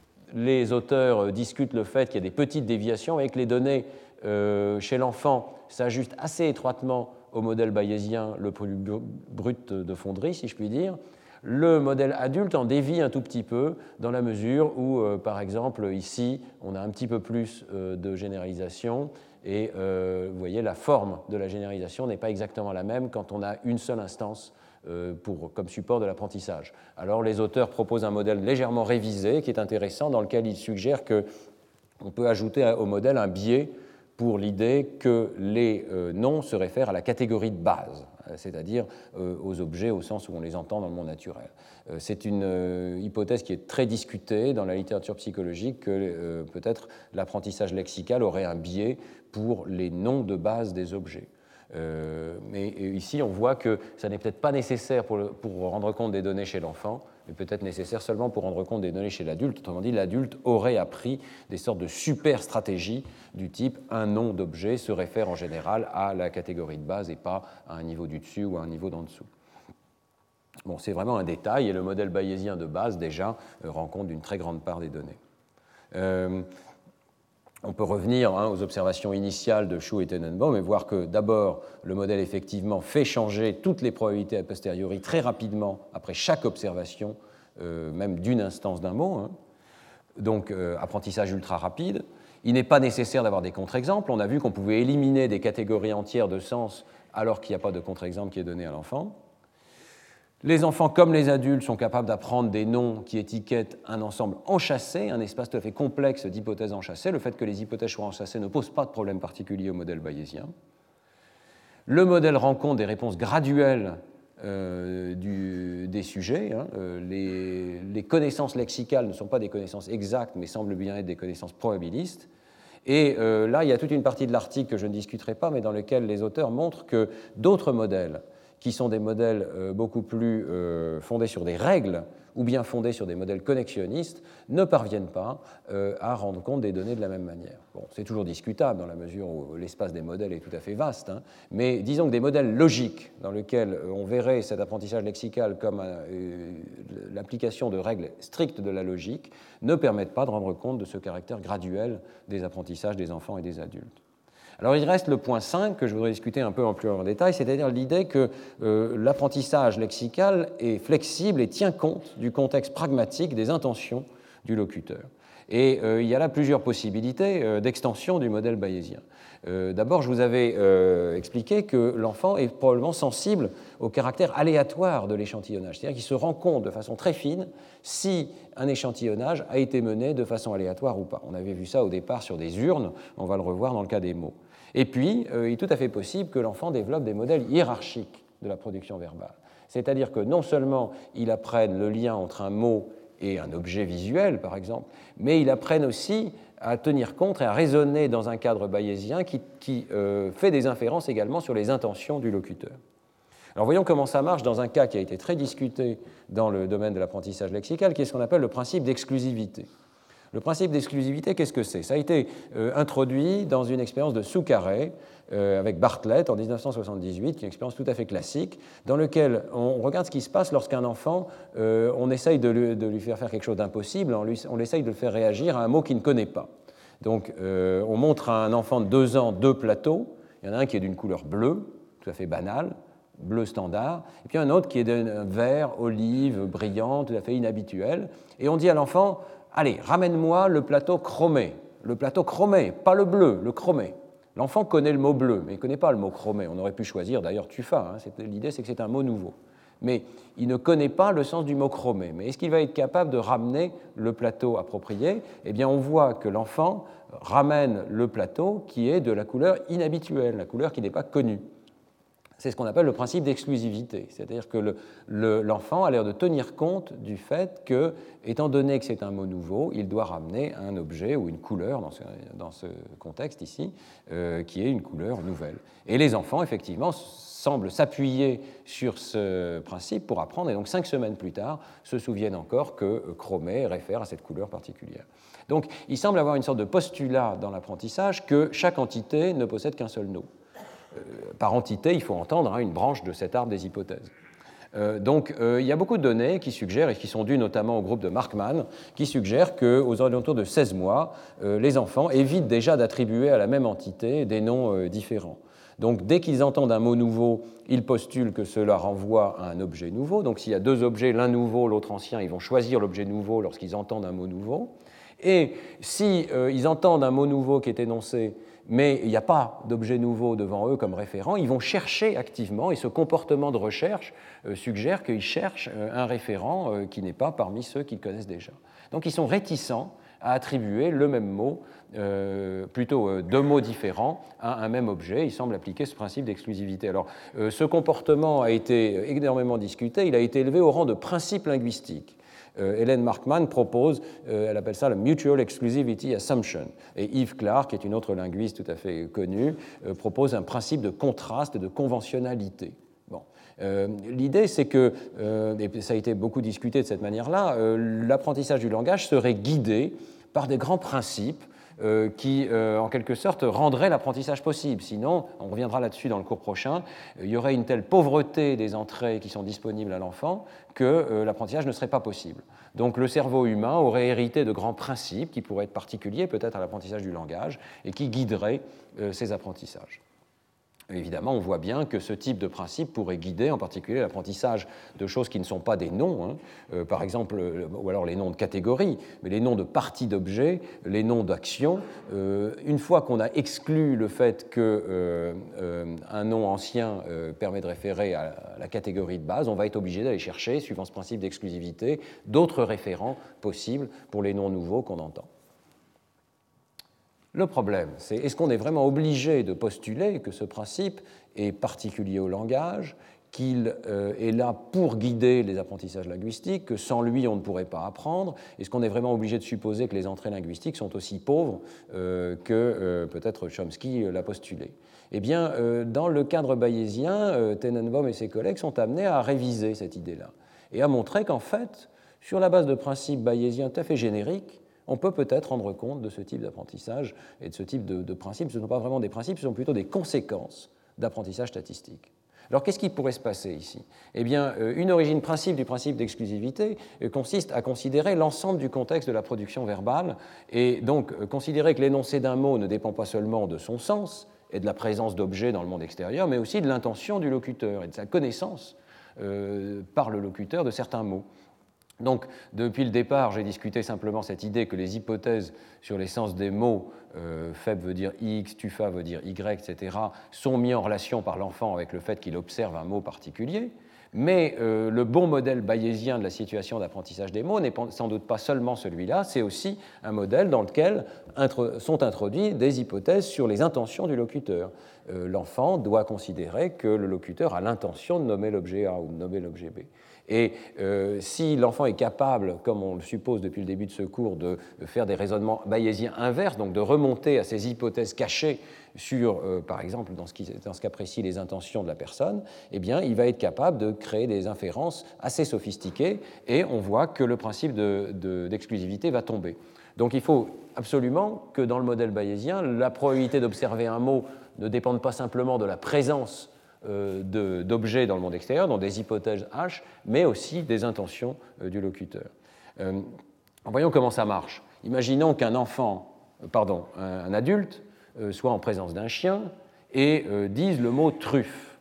les auteurs discutent le fait qu'il y a des petites déviations et que les données euh, chez l'enfant s'ajustent assez étroitement au modèle bayésien le plus brut de Fonderie, si je puis dire. Le modèle adulte en dévie un tout petit peu dans la mesure où, euh, par exemple, ici, on a un petit peu plus euh, de généralisation et euh, vous voyez, la forme de la généralisation n'est pas exactement la même quand on a une seule instance Pour, comme support de l'apprentissage. Alors les auteurs proposent un modèle légèrement révisé qui est intéressant, dans lequel ils suggèrent qu'on peut ajouter au modèle un biais pour l'idée que les euh, noms se réfèrent à la catégorie de base, c'est-à-dire euh, aux objets au sens où on les entend dans le monde naturel. Euh, c'est une euh, hypothèse qui est très discutée dans la littérature psychologique que euh, peut-être l'apprentissage lexical aurait un biais pour les noms de base des objets. Euh, mais ici, on voit que ça n'est peut-être pas nécessaire pour, le, pour rendre compte des données chez l'enfant, mais peut-être nécessaire seulement pour rendre compte des données chez l'adulte. Autrement dit, l'adulte aurait appris des sortes de super stratégies du type un nom d'objet se réfère en général à la catégorie de base et pas à un niveau du dessus ou à un niveau d'en dessous. Bon, c'est vraiment un détail et le modèle bayésien de base déjà euh, rend compte d'une très grande part des données. Euh, On peut revenir hein, aux observations initiales de Shu et Tenenbaum et voir que d'abord, le modèle effectivement fait changer toutes les probabilités a posteriori très rapidement après chaque observation, euh, même d'une instance d'un mot. Hein. Donc, euh, apprentissage ultra rapide. Il n'est pas nécessaire d'avoir des contre-exemples. On a vu qu'on pouvait éliminer des catégories entières de sens alors qu'il n'y a pas de contre-exemple qui est donné à l'enfant. Les enfants, comme les adultes, sont capables d'apprendre des noms qui étiquettent un ensemble enchâssé, un espace tout à fait complexe d'hypothèses enchâssées. Le fait que les hypothèses soient enchâssées ne pose pas de problème particulier au modèle bayésien. Le modèle rend compte des réponses graduelles euh, du, des sujets. Hein. Euh, les, les connaissances lexicales ne sont pas des connaissances exactes, mais semblent bien être des connaissances probabilistes. Et euh, là, il y a toute une partie de l'article que je ne discuterai pas, mais dans lequel les auteurs montrent que d'autres modèles, qui sont des modèles euh, beaucoup plus euh, fondés sur des règles ou bien fondés sur des modèles connexionnistes, ne parviennent pas euh, à rendre compte des données de la même manière. Bon, c'est toujours discutable dans la mesure où l'espace des modèles est tout à fait vaste, hein, mais disons que des modèles logiques dans lesquels on verrait cet apprentissage lexical comme euh, l'application de règles strictes de la logique ne permettent pas de rendre compte de ce caractère graduel des apprentissages des enfants et des adultes. Alors il reste le point cinq que je voudrais discuter un peu en plus en détail, c'est-à-dire l'idée que euh, l'apprentissage lexical est flexible et tient compte du contexte pragmatique des intentions du locuteur. Et euh, il y a là plusieurs possibilités euh, d'extension du modèle bayésien. Euh, D'abord, je vous avais euh, expliqué que l'enfant est probablement sensible au caractère aléatoire de l'échantillonnage, c'est-à-dire qu'il se rend compte de façon très fine si un échantillonnage a été mené de façon aléatoire ou pas. On avait vu ça au départ sur des urnes, on va le revoir dans le cas des mots. Et puis, euh, il est tout à fait possible que l'enfant développe des modèles hiérarchiques de la production verbale. C'est-à-dire que non seulement il apprenne le lien entre un mot et un objet visuel, par exemple, mais il apprenne aussi à tenir compte et à raisonner dans un cadre bayésien qui, qui euh, fait des inférences également sur les intentions du locuteur. Alors voyons comment ça marche dans un cas qui a été très discuté dans le domaine de l'apprentissage lexical, qui est ce qu'on appelle le principe d'exclusivité. Le principe d'exclusivité, qu'est-ce que c'est? Ça a été euh, introduit dans une expérience de Souccaret euh, avec Bartlett en dix-neuf cent soixante-dix-huit, qui est une expérience tout à fait classique, dans laquelle on regarde ce qui se passe lorsqu'un enfant, euh, on essaye de lui, de lui faire faire quelque chose d'impossible, on, lui, on essaye de le faire réagir à un mot qu'il ne connaît pas. Donc euh, on montre à un enfant de deux ans deux plateaux, il y en a un qui est d'une couleur bleue, tout à fait banale, bleu standard, et puis un autre qui est d'un vert, olive, brillant, tout à fait inhabituel, et on dit à l'enfant: allez, ramène-moi le plateau chromé. Le plateau chromé, pas le bleu, le chromé. L'enfant connaît le mot bleu, mais il ne connaît pas le mot chromé. On aurait pu choisir d'ailleurs tufa. Hein. L'idée, c'est que c'est un mot nouveau. Mais il ne connaît pas le sens du mot chromé. Mais est-ce qu'il va être capable de ramener le plateau approprié? Eh bien, on voit que l'enfant ramène le plateau qui est de la couleur inhabituelle, la couleur qui n'est pas connue. C'est ce qu'on appelle le principe d'exclusivité, c'est-à-dire que le, le, l'enfant a l'air de tenir compte du fait que, étant donné que c'est un mot nouveau, il doit ramener un objet ou une couleur, dans ce, dans ce contexte ici, euh, qui est une couleur nouvelle. Et les enfants, effectivement, semblent s'appuyer sur ce principe pour apprendre, et donc cinq semaines plus tard, se souviennent encore que chromé réfère à cette couleur particulière. Donc il semble avoir une sorte de postulat dans l'apprentissage que chaque entité ne possède qu'un seul nom. Par entité, il faut entendre hein, une branche de cet arbre des hypothèses. Euh, donc, euh, il y a beaucoup de données qui suggèrent, et qui sont dues notamment au groupe de Markman, qui suggèrent qu'aux alentours de seize mois, euh, les enfants évitent déjà d'attribuer à la même entité des noms euh, différents. Donc, dès qu'ils entendent un mot nouveau, ils postulent que cela renvoie à un objet nouveau. Donc, s'il y a deux objets, l'un nouveau, l'autre ancien, ils vont choisir l'objet nouveau lorsqu'ils entendent un mot nouveau. Et si euh, ils entendent un mot nouveau qui est énoncé, mais il n'y a pas d'objet nouveau devant eux comme référent, ils vont chercher activement, et ce comportement de recherche euh, suggère qu'ils cherchent euh, un référent euh, qui n'est pas parmi ceux qu'ils connaissent déjà. Donc ils sont réticents à attribuer le même mot, euh, plutôt euh, deux mots différents, à un même objet. Ils semblent appliquer ce principe d'exclusivité. Alors, euh, ce comportement a été énormément discuté, il a été élevé au rang de principe linguistique. Euh, Hélène Markman propose, euh, elle appelle ça le Mutual Exclusivity Assumption. Et Yves Clark, qui est une autre linguiste tout à fait connue, euh, propose un principe de contraste et de conventionnalité. Bon. Euh, L'idée, c'est que, euh, et ça a été beaucoup discuté de cette manière-là, euh, l'apprentissage du langage serait guidé par des grands principes Euh, qui, euh, en quelque sorte, rendrait l'apprentissage possible. Sinon, on reviendra là-dessus dans le cours prochain, euh, il y aurait une telle pauvreté des entrées qui sont disponibles à l'enfant que euh, l'apprentissage ne serait pas possible. Donc le cerveau humain aurait hérité de grands principes qui pourraient être particuliers peut-être à l'apprentissage du langage et qui guideraient euh, ces apprentissages. Évidemment, on voit bien que ce type de principe pourrait guider en particulier l'apprentissage de choses qui ne sont pas des noms, hein. euh, par exemple, euh, ou alors les noms de catégories, mais les noms de parties d'objets, les noms d'actions. Euh, une fois qu'on a exclu le fait qu'un euh, euh, nom ancien euh, permet de référer à la catégorie de base, on va être obligé d'aller chercher, suivant ce principe d'exclusivité, d'autres référents possibles pour les noms nouveaux qu'on entend. Le problème, c'est est-ce qu'on est vraiment obligé de postuler que ce principe est particulier au langage, qu'il euh, est là pour guider les apprentissages linguistiques, que sans lui, on ne pourrait pas apprendre? Est-ce qu'on est vraiment obligé de supposer que les entrées linguistiques sont aussi pauvres euh, que euh, peut-être Chomsky l'a postulé? Eh bien, euh, dans le cadre bayésien, euh, Tenenbaum et ses collègues sont amenés à réviser cette idée-là et à montrer qu'en fait, sur la base de principes bayésiens tout à fait génériques, on peut peut-être rendre compte de ce type d'apprentissage et de ce type de, de principes. Ce ne sont pas vraiment des principes, ce sont plutôt des conséquences d'apprentissage statistique. Alors, qu'est-ce qui pourrait se passer ici? Eh bien, une origine principe du principe d'exclusivité consiste à considérer l'ensemble du contexte de la production verbale et donc considérer que l'énoncé d'un mot ne dépend pas seulement de son sens et de la présence d'objets dans le monde extérieur, mais aussi de l'intention du locuteur et de sa connaissance euh, par le locuteur de certains mots. Donc, depuis le départ, j'ai discuté simplement cette idée que les hypothèses sur les sens des mots, euh, faible veut dire X, tufa veut dire Y, et cetera, sont mis en relation par l'enfant avec le fait qu'il observe un mot particulier. Mais euh, le bon modèle bayésien de la situation d'apprentissage des mots n'est sans doute pas seulement celui-là, c'est aussi un modèle dans lequel intro- sont introduites des hypothèses sur les intentions du locuteur. Euh, l'enfant doit considérer que le locuteur a l'intention de nommer l'objet A ou de nommer l'objet B. Et euh, si l'enfant est capable, comme on le suppose depuis le début de ce cours, de, de faire des raisonnements bayésiens inverses, donc de remonter à ces hypothèses cachées sur, euh, par exemple, dans ce, qui, dans ce cas précis, les intentions de la personne, eh bien, il va être capable de créer des inférences assez sophistiquées, et on voit que le principe de, de, d'exclusivité va tomber. Donc il faut absolument que dans le modèle bayésien, la probabilité d'observer un mot ne dépende pas simplement de la présence d'objets dans le monde extérieur, dans des hypothèses H, mais aussi des intentions du locuteur. Euh, voyons comment ça marche. Imaginons qu'un enfant, pardon, un adulte, soit en présence d'un chien et dise le mot truffe.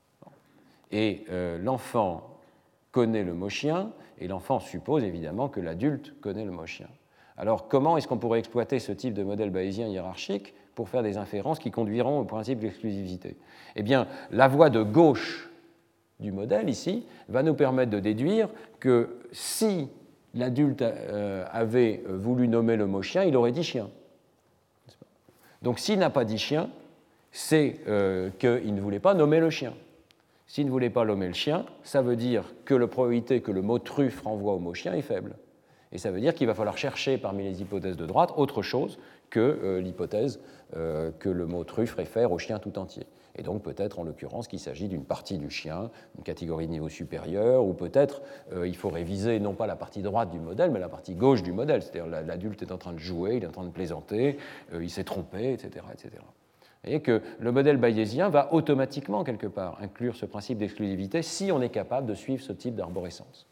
Et euh, l'enfant connaît le mot chien, et l'enfant suppose évidemment que l'adulte connaît le mot chien. Alors comment est-ce qu'on pourrait exploiter ce type de modèle bayésien hiérarchique pour faire des inférences qui conduiront au principe d'exclusivité? Eh bien, la voie de gauche du modèle, ici, va nous permettre de déduire que si l'adulte avait voulu nommer le mot chien, il aurait dit chien. Donc, s'il n'a pas dit chien, c'est euh, qu'il ne voulait pas nommer le chien. S'il ne voulait pas nommer le chien, ça veut dire que la probabilité que le mot truffe renvoie au mot chien est faible. Et ça veut dire qu'il va falloir chercher parmi les hypothèses de droite autre chose que euh, l'hypothèse euh, que le mot truffe réfère au chien tout entier. Et donc peut-être en l'occurrence qu'il s'agit d'une partie du chien, une catégorie de niveau supérieur, ou peut-être euh, il faut réviser non pas la partie droite du modèle, mais la partie gauche du modèle. C'est-à-dire l'adulte est en train de jouer, il est en train de plaisanter, euh, il s'est trompé, et cetera, et cetera. Vous voyez que le modèle bayésien va automatiquement, quelque part, inclure ce principe d'exclusivité si on est capable de suivre ce type d'arborescence.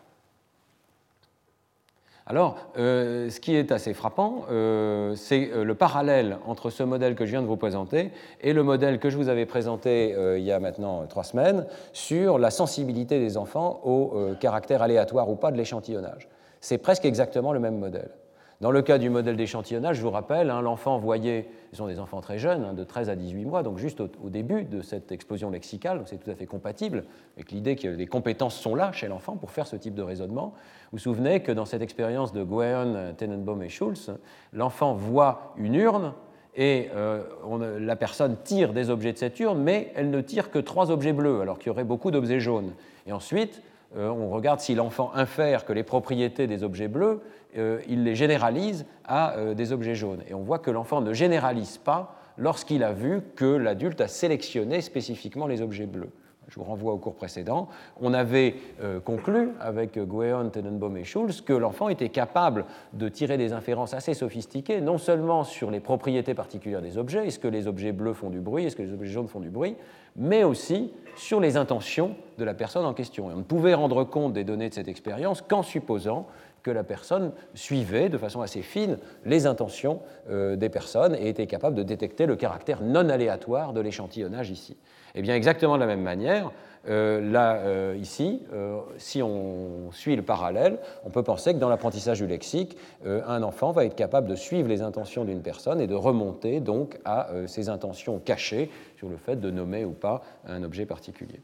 Alors, euh, ce qui est assez frappant, euh, c'est le parallèle entre ce modèle que je viens de vous présenter et le modèle que je vous avais présenté euh, il y a maintenant trois semaines sur la sensibilité des enfants au euh, caractère aléatoire ou pas de l'échantillonnage. C'est presque exactement le même modèle. Dans le cas du modèle d'échantillonnage, je vous rappelle, hein, l'enfant voyait, ce sont des enfants très jeunes, hein, de treize à dix-huit mois, donc juste au, au début de cette explosion lexicale, donc c'est tout à fait compatible avec l'idée que les compétences sont là chez l'enfant pour faire ce type de raisonnement. Vous vous souvenez que dans cette expérience de Gweon, Tenenbaum et Schulz, l'enfant voit une urne et euh, on, la personne tire des objets de cette urne, mais elle ne tire que trois objets bleus, alors qu'il y aurait beaucoup d'objets jaunes. Et ensuite, euh, on regarde si l'enfant infère que les propriétés des objets bleus, euh, il les généralise à euh, des objets jaunes. Et on voit que l'enfant ne généralise pas lorsqu'il a vu que l'adulte a sélectionné spécifiquement les objets bleus. Je vous renvoie au cours précédent. On avait euh, conclu avec Gweon, Tenenbaum et Schulz que l'enfant était capable de tirer des inférences assez sophistiquées, non seulement sur les propriétés particulières des objets, est-ce que les objets bleus font du bruit, est-ce que les objets jaunes font du bruit, mais aussi sur les intentions de la personne en question. Et on ne pouvait rendre compte des données de cette expérience qu'en supposant que la personne suivait de façon assez fine les intentions euh, des personnes et était capable de détecter le caractère non aléatoire de l'échantillonnage ici. Eh bien, exactement de la même manière, euh, là, euh, ici, euh, si on suit le parallèle, on peut penser que dans l'apprentissage du lexique, euh, un enfant va être capable de suivre les intentions d'une personne et de remonter donc à euh, ses intentions cachées sur le fait de nommer ou pas un objet particulier.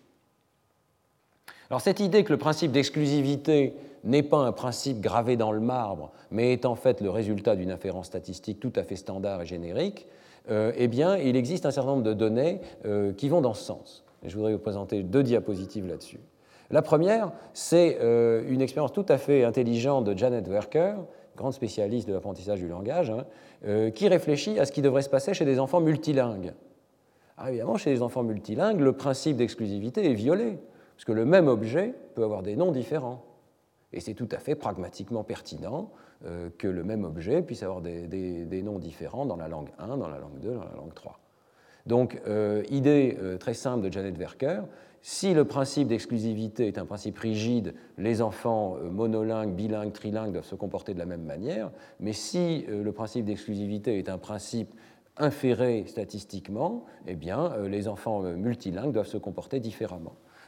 Alors cette idée que le principe d'exclusivité n'est pas un principe gravé dans le marbre, mais est en fait le résultat d'une inférence statistique tout à fait standard et générique, euh, eh bien, il existe un certain nombre de données euh, qui vont dans ce sens. Et je voudrais vous présenter deux diapositives là-dessus. La première, c'est euh, une expérience tout à fait intelligente de Janet Werker, grande spécialiste de l'apprentissage du langage, hein, euh, qui réfléchit à ce qui devrait se passer chez des enfants multilingues. Alors évidemment, chez les enfants multilingues, le principe d'exclusivité est violé, parce que le même objet peut avoir des noms différents. Et c'est tout à fait pragmatiquement pertinent euh, que le même objet puisse avoir des, des, des noms différents dans la langue un, dans la langue deux, dans la langue trois. Donc, euh, idée euh, très simple de Janet Werker, si le principe d'exclusivité est un principe rigide, les enfants euh, monolingues, bilingues, trilingues doivent se comporter de la même manière, mais si euh, le principe d'exclusivité est un principe inféré statistiquement, eh bien, euh, les enfants euh, multilingues doivent se comporter différemment.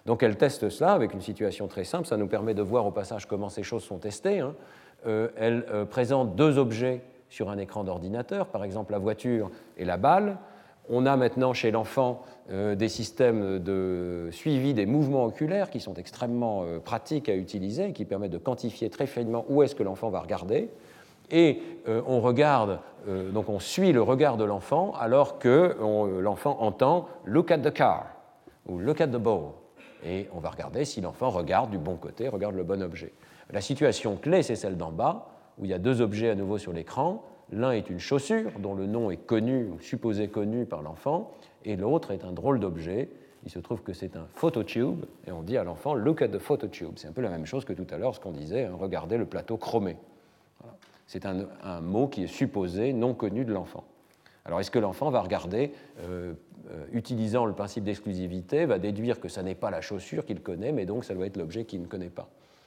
Donc elle teste cela avec une situation très simple, ça nous permet de voir au passage comment ces choses sont testées. Hein. Euh, elle euh, présente deux objets sur un écran d'ordinateur, par exemple la voiture et la balle. On a maintenant chez l'enfant euh, des systèmes de suivi des mouvements oculaires qui sont extrêmement euh, pratiques à utiliser, qui permettent de quantifier très finement où est-ce que l'enfant va regarder. Et euh, on regarde, euh, donc on suit le regard de l'enfant alors que on, l'enfant entend « look at the car » ou « look at the ball ». Et on va regarder si l'enfant regarde du bon côté, regarde le bon objet. La situation clé, c'est celle d'en bas, où il y a deux objets à nouveau sur l'écran. L'un est une chaussure dont le nom est connu ou supposé connu par l'enfant, et l'autre est un drôle d'objet. Il se trouve que c'est un phototube, et on dit à l'enfant « look at the phototube ». C'est un peu la même chose que tout à l'heure, ce qu'on disait, hein, regardez le plateau chromé. Voilà. C'est un, un mot qui est supposé, non connu de l'enfant. Alors, est-ce que l'enfant va regarder, euh, euh, utilisant le principe d'exclusivité, va déduire que ça n'est pas la chaussure qu'il connaît, mais donc ça doit être l'objet qu'il ne connaît pas?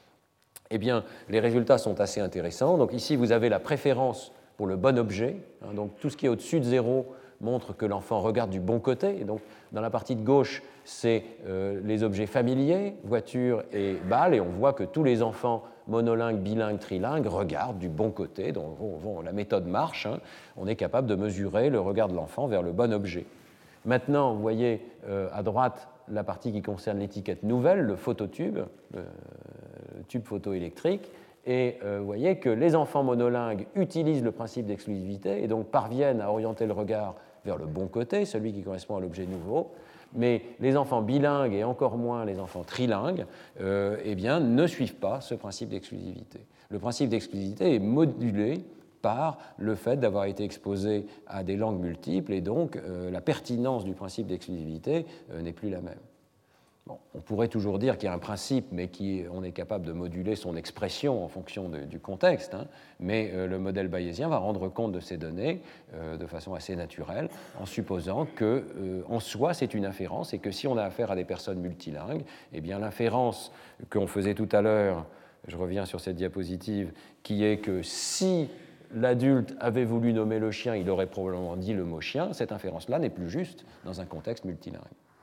Eh bien, les résultats sont assez intéressants. Donc ici, vous avez la préférence pour le bon objet. Hein, donc tout ce qui est au-dessus de zéro montre que l'enfant regarde du bon côté. Et donc, dans la partie de gauche, c'est euh, les objets familiers, voiture et balle, et on voit que tous les enfants monolingues, bilingues, trilingues regardent du bon côté. Donc, bon, bon, la méthode marche. Hein. On est capable de mesurer le regard de l'enfant vers le bon objet. Maintenant, vous voyez euh, à droite la partie qui concerne l'étiquette nouvelle, le phototube, le tube photoélectrique. Et euh, vous voyez que les enfants monolingues utilisent le principe d'exclusivité et donc parviennent à orienter le regard vers le bon côté, celui qui correspond à l'objet nouveau. Mais les enfants bilingues et encore moins les enfants trilingues euh, eh bien, ne suivent pas ce principe d'exclusivité. Le principe d'exclusivité est modulé par le fait d'avoir été exposé à des langues multiples et donc euh, la pertinence du principe d'exclusivité euh, n'est plus la même. Bon, on pourrait toujours dire qu'il y a un principe, mais qu'on est capable de moduler son expression en fonction de, du contexte, hein, mais euh, le modèle bayésien va rendre compte de ces données euh, de façon assez naturelle, en supposant qu'en euh, soi, c'est une inférence, et que si on a affaire à des personnes multilingues, eh bien l'inférence qu'on faisait tout à l'heure, je reviens sur cette diapositive, qui est que si l'adulte avait voulu nommer le chien, il aurait probablement dit le mot chien, cette inférence-là n'est plus juste dans un contexte multilingue.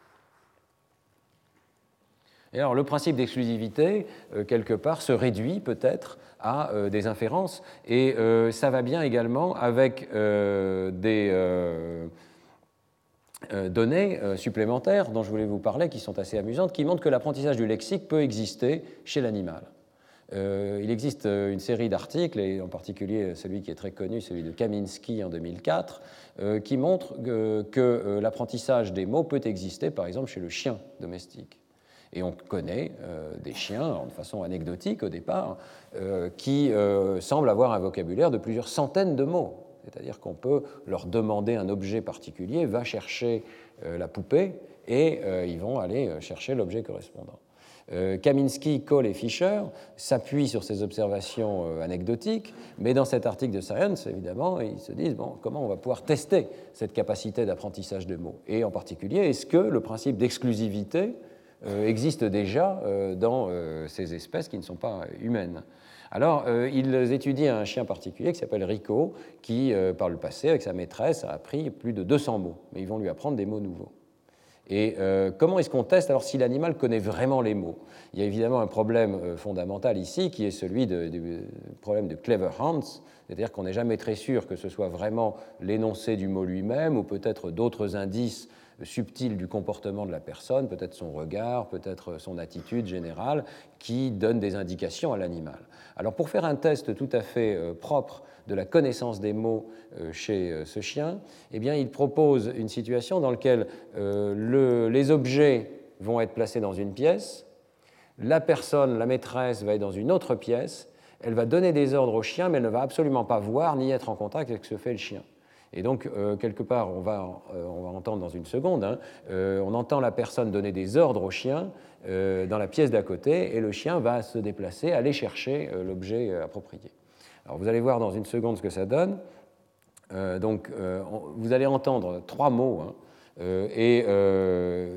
Et alors, le principe d'exclusivité, euh, quelque part, se réduit peut-être à euh, des inférences, et euh, ça va bien également avec euh, des euh, euh, données euh, supplémentaires dont je voulais vous parler, qui sont assez amusantes, qui montrent que l'apprentissage du lexique peut exister chez l'animal. Euh, il existe une série d'articles, et en particulier celui qui est très connu, celui de Kaminski en deux mille quatre, euh, qui montre que, que euh, l'apprentissage des mots peut exister, par exemple, chez le chien domestique. Et on connaît euh, des chiens, de façon anecdotique au départ, euh, qui euh, semblent avoir un vocabulaire de plusieurs centaines de mots. C'est-à-dire qu'on peut leur demander un objet particulier, va chercher euh, la poupée, et euh, ils vont aller chercher l'objet correspondant. Euh, Kaminski, Cole et Fisher s'appuient sur ces observations euh, anecdotiques, mais dans cet article de Science, évidemment, ils se disent bon, comment on va pouvoir tester cette capacité d'apprentissage de mots. Et en particulier, est-ce que le principe d'exclusivité Euh, existe déjà euh, dans euh, ces espèces qui ne sont pas humaines. Alors, euh, ils étudient un chien particulier qui s'appelle Rico, qui, euh, par le passé, avec sa maîtresse, a appris plus de deux cents mots, mais ils vont lui apprendre des mots nouveaux. Et euh, comment est-ce qu'on teste alors si l'animal connaît vraiment les mots? Il y a évidemment un problème euh, fondamental ici, qui est celui de, de, du problème de Clever Hans, c'est-à-dire qu'on n'est jamais très sûr que ce soit vraiment l'énoncé du mot lui-même, ou peut-être d'autres indices subtil du comportement de la personne, peut-être son regard, peut-être son attitude générale, qui donne des indications à l'animal. Alors pour faire un test tout à fait euh, propre de la connaissance des mots euh, chez euh, ce chien, eh bien, il propose une situation dans laquelle euh, le, les objets vont être placés dans une pièce, la personne, la maîtresse, va être dans une autre pièce, elle va donner des ordres au chien, mais elle ne va absolument pas voir ni être en contact avec ce que fait le chien. Et donc, euh, quelque part, on va, euh, on va entendre dans une seconde, hein, euh, on entend la personne donner des ordres au chien euh, dans la pièce d'à côté, et le chien va se déplacer, aller chercher euh, l'objet euh, approprié. Alors, vous allez voir dans une seconde ce que ça donne. Euh, donc, euh, on, vous allez entendre trois mots, hein, euh, et euh,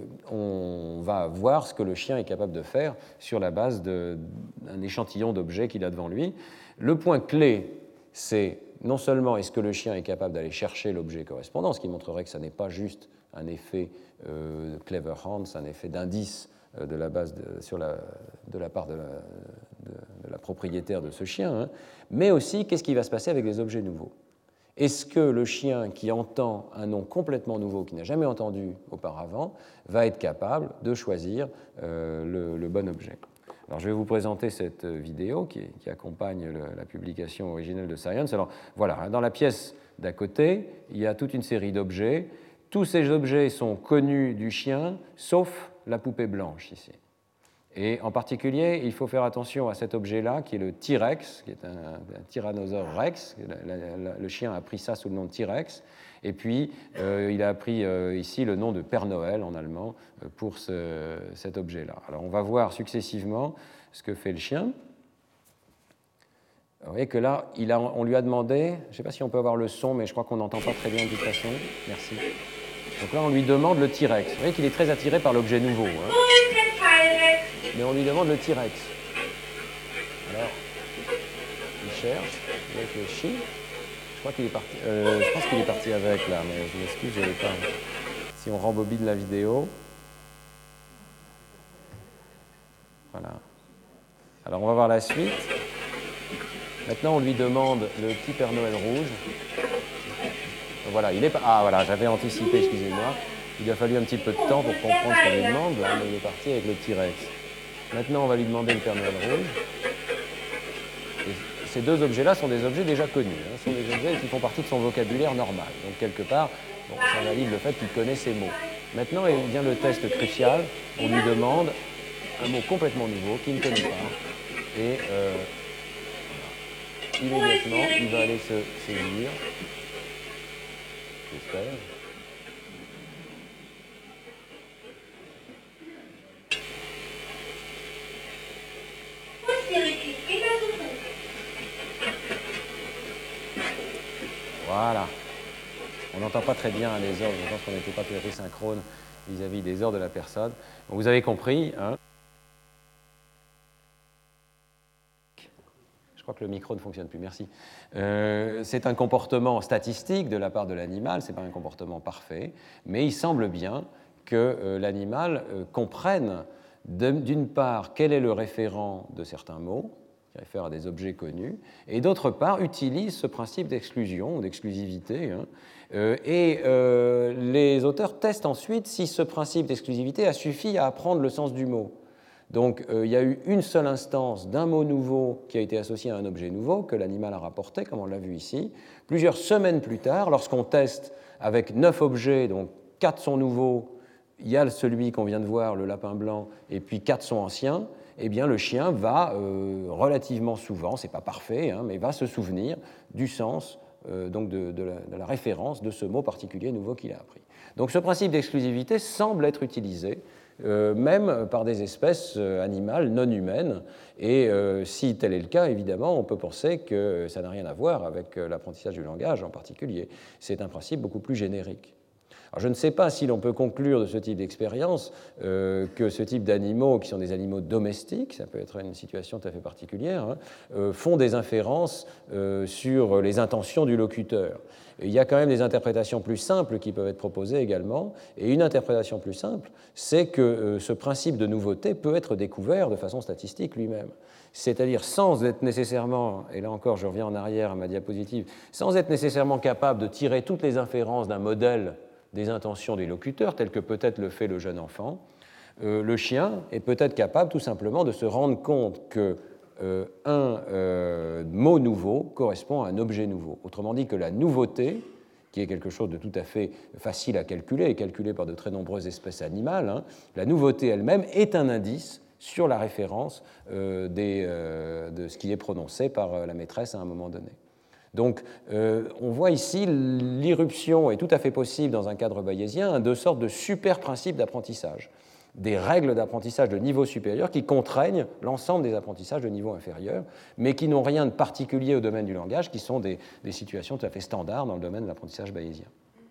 on va voir ce que le chien est capable de faire sur la base de, d'un échantillon d'objets qu'il a devant lui. Le point clé, c'est non seulement est-ce que le chien est capable d'aller chercher l'objet correspondant, ce qui montrerait que ça n'est pas juste un effet euh, de Clever Hans, un effet d'indice de la base de, sur la, de la part de la, de, de la propriétaire de ce chien, hein, mais aussi qu'est-ce qui va se passer avec les objets nouveaux. Est-ce que le chien qui entend un nom complètement nouveau, qui n'a jamais entendu auparavant, va être capable de choisir euh, le, le bon objet? Alors, je vais vous présenter cette vidéo qui, qui accompagne le, la publication originelle de Science. Alors, voilà, dans la pièce d'à côté, il y a toute une série d'objets. Tous ces objets sont connus du chien, sauf la poupée blanche ici. Et en particulier, il faut faire attention à cet objet-là, qui est le T-Rex, qui est un, un tyrannosaure rex. La, la, la, le chien a pris ça sous le nom de T-Rex. Et puis, euh, il a pris euh, ici le nom de Père Noël en allemand euh, pour ce, cet objet-là. Alors, on va voir successivement ce que fait le chien. Vous voyez que là, il a, on lui a demandé, je ne sais pas si on peut avoir le son, mais je crois qu'on n'entend pas très bien de toute façon. Merci. Donc là, on lui demande le T-Rex. Vous voyez qu'il est très attiré par l'objet nouveau. Hein. Mais on lui demande le T-Rex. Alors, il cherche, il réfléchit. Je crois qu'il est parti. Euh, je pense qu'il est parti avec là, mais je m'excuse, je n'avais pas. Si on rembobine la vidéo. Voilà. Alors, on va voir la suite. Maintenant, on lui demande le petit Père Noël rouge. Voilà, il est pas. Ah, voilà, j'avais anticipé, excusez-moi. Il a fallu un petit peu de temps pour comprendre ce qu'on lui demande, là, mais il est parti avec le T-Rex. Maintenant, on va lui demander le Père Noël rouge. Et ces deux objets-là sont des objets déjà connus. Hein. Ce sont des objets qui font partie de son vocabulaire normal. Donc, quelque part, bon, ça valide le fait qu'il connaît ces mots. Maintenant, il vient le test crucial. On lui demande un mot complètement nouveau qu'il ne connaît pas. Et euh, immédiatement, il va aller se saisir. J'espère. Voilà. On n'entend pas très bien les ordres, je pense qu'on n'était pas tout à fait synchrone vis-à-vis des ordres de la personne. Donc vous avez compris, hein. Je crois que le micro ne fonctionne plus, merci. Euh, c'est un comportement statistique de la part de l'animal, ce n'est pas un comportement parfait, mais il semble bien que euh, l'animal euh, comprenne d'une part quel est le référent de certains mots, qui réfère à des objets connus, et d'autre part utilise ce principe d'exclusion ou d'exclusivité. Hein, euh, et euh, les auteurs testent ensuite si ce principe d'exclusivité a suffi à apprendre le sens du mot. Donc euh, il y a eu une seule instance d'un mot nouveau qui a été associé à un objet nouveau que l'animal a rapporté, comme on l'a vu ici. Plusieurs semaines plus tard, lorsqu'on teste avec neuf objets, donc quatre sont nouveaux, il y a celui qu'on vient de voir, le lapin blanc, et puis quatre sont anciens, eh bien le chien va euh, relativement souvent, ce n'est pas parfait, hein, mais va se souvenir du sens, euh, donc de, de, la, de la référence de ce mot particulier nouveau qu'il a appris. Donc ce principe d'exclusivité semble être utilisé Euh, même par des espèces euh, animales non humaines. Et euh, si tel est le cas, évidemment, on peut penser que ça n'a rien à voir avec euh, l'apprentissage du langage en particulier. C'est un principe beaucoup plus générique. Alors, je ne sais pas si l'on peut conclure de ce type d'expérience euh, que ce type d'animaux, qui sont des animaux domestiques, ça peut être une situation tout à fait particulière, hein, euh, font des inférences euh, sur les intentions du locuteur. Et il y a quand même des interprétations plus simples qui peuvent être proposées également. Et une interprétation plus simple, c'est que euh, ce principe de nouveauté peut être découvert de façon statistique lui-même. C'est-à-dire sans être nécessairement, et là encore je reviens en arrière à ma diapositive, sans être nécessairement capable de tirer toutes les inférences d'un modèle des intentions des locuteurs, tel que peut-être le fait le jeune enfant, euh, le chien est peut-être capable tout simplement de se rendre compte que euh, un euh, mot nouveau correspond à un objet nouveau. Autrement dit que la nouveauté, qui est quelque chose de tout à fait facile à calculer, et calculé par de très nombreuses espèces animales, hein, la nouveauté elle-même est un indice sur la référence euh, des, euh, de ce qui est prononcé par la maîtresse à un moment donné. Donc, euh, on voit ici l'irruption est tout à fait possible dans un cadre bayésien de sortes de super principes d'apprentissage, des règles d'apprentissage de niveau supérieur qui contraignent l'ensemble des apprentissages de niveau inférieur, mais qui n'ont rien de particulier au domaine du langage, qui sont des, des situations tout à fait standards dans le domaine de l'apprentissage bayésien.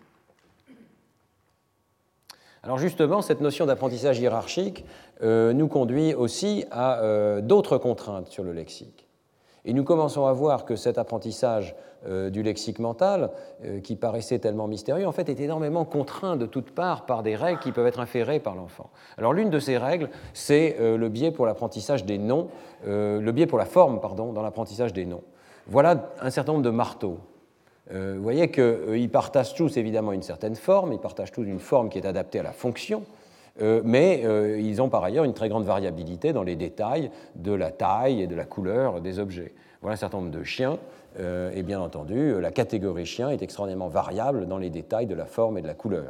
Alors justement, cette notion d'apprentissage hiérarchique euh, nous conduit aussi à euh, d'autres contraintes sur le lexique. Et nous commençons à voir que cet apprentissage euh, du lexique mental, euh, qui paraissait tellement mystérieux, en fait est énormément contraint de toutes parts par des règles qui peuvent être inférées par l'enfant. Alors l'une de ces règles, c'est euh, le biais pour l'apprentissage des noms, euh, le biais pour la forme, pardon, dans l'apprentissage des noms. Voilà un certain nombre de marteaux. Euh, vous voyez qu'ils euh, partagent tous évidemment une certaine forme, ils partagent tous une forme qui est adaptée à la fonction, Euh, mais euh, ils ont par ailleurs une très grande variabilité dans les détails de la taille et de la couleur des objets. Voilà un certain nombre de chiens, euh, et bien entendu, la catégorie chien est extraordinairement variable dans les détails de la forme et de la couleur.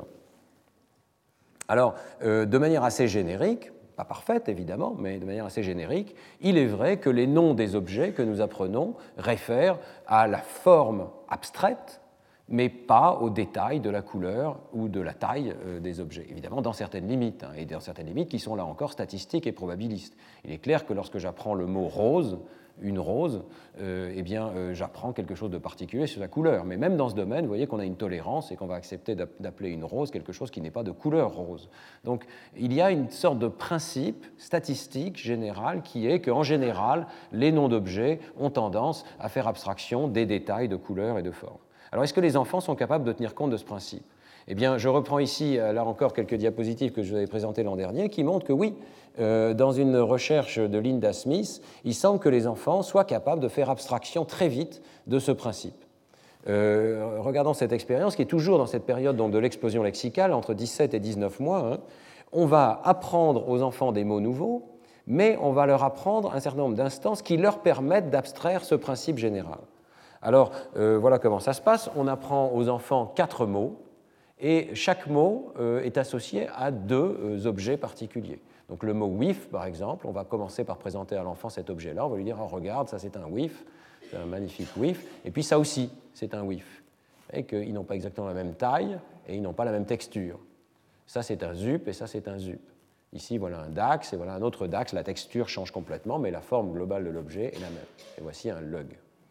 Alors, euh, de manière assez générique, pas parfaite évidemment, mais de manière assez générique, il est vrai que les noms des objets que nous apprenons réfèrent à la forme abstraite, mais pas aux détails de la couleur ou de la taille des objets, évidemment dans certaines limites, hein, et dans certaines limites qui sont là encore statistiques et probabilistes. Il est clair que lorsque j'apprends le mot rose, une rose, euh, eh bien, euh, j'apprends quelque chose de particulier sur la couleur. Mais même dans ce domaine, vous voyez qu'on a une tolérance et qu'on va accepter d'appeler une rose quelque chose qui n'est pas de couleur rose. Donc il y a une sorte de principe statistique général qui est qu'en général, les noms d'objets ont tendance à faire abstraction des détails de couleur et de forme. Alors, est-ce que les enfants sont capables de tenir compte de ce principe? Eh bien, je reprends ici, là encore, quelques diapositives que je vous avais présentées l'an dernier, qui montrent que oui, euh, dans une recherche de Linda Smith, il semble que les enfants soient capables de faire abstraction très vite de ce principe. Euh, regardons cette expérience, qui est toujours dans cette période donc, de l'explosion lexicale, entre dix-sept et dix-neuf mois. Hein. On va apprendre aux enfants des mots nouveaux, mais on va leur apprendre un certain nombre d'instances qui leur permettent d'abstraire ce principe général. Alors, euh, voilà comment ça se passe. On apprend aux enfants quatre mots, et chaque mot euh, est associé à deux euh, objets particuliers. Donc, le mot whiff, par exemple, on va commencer par présenter à l'enfant cet objet-là. On va lui dire, oh, regarde, ça c'est un whiff, c'est un magnifique whiff, et puis ça aussi, c'est un whiff. Et qu'ils n'ont pas exactement la même taille, et ils n'ont pas la même texture. Ça, c'est un zup, et ça, c'est un zup. Ici, voilà un dax, et voilà un autre dax. La texture change complètement, mais la forme globale de l'objet est la même. Et voici un lug.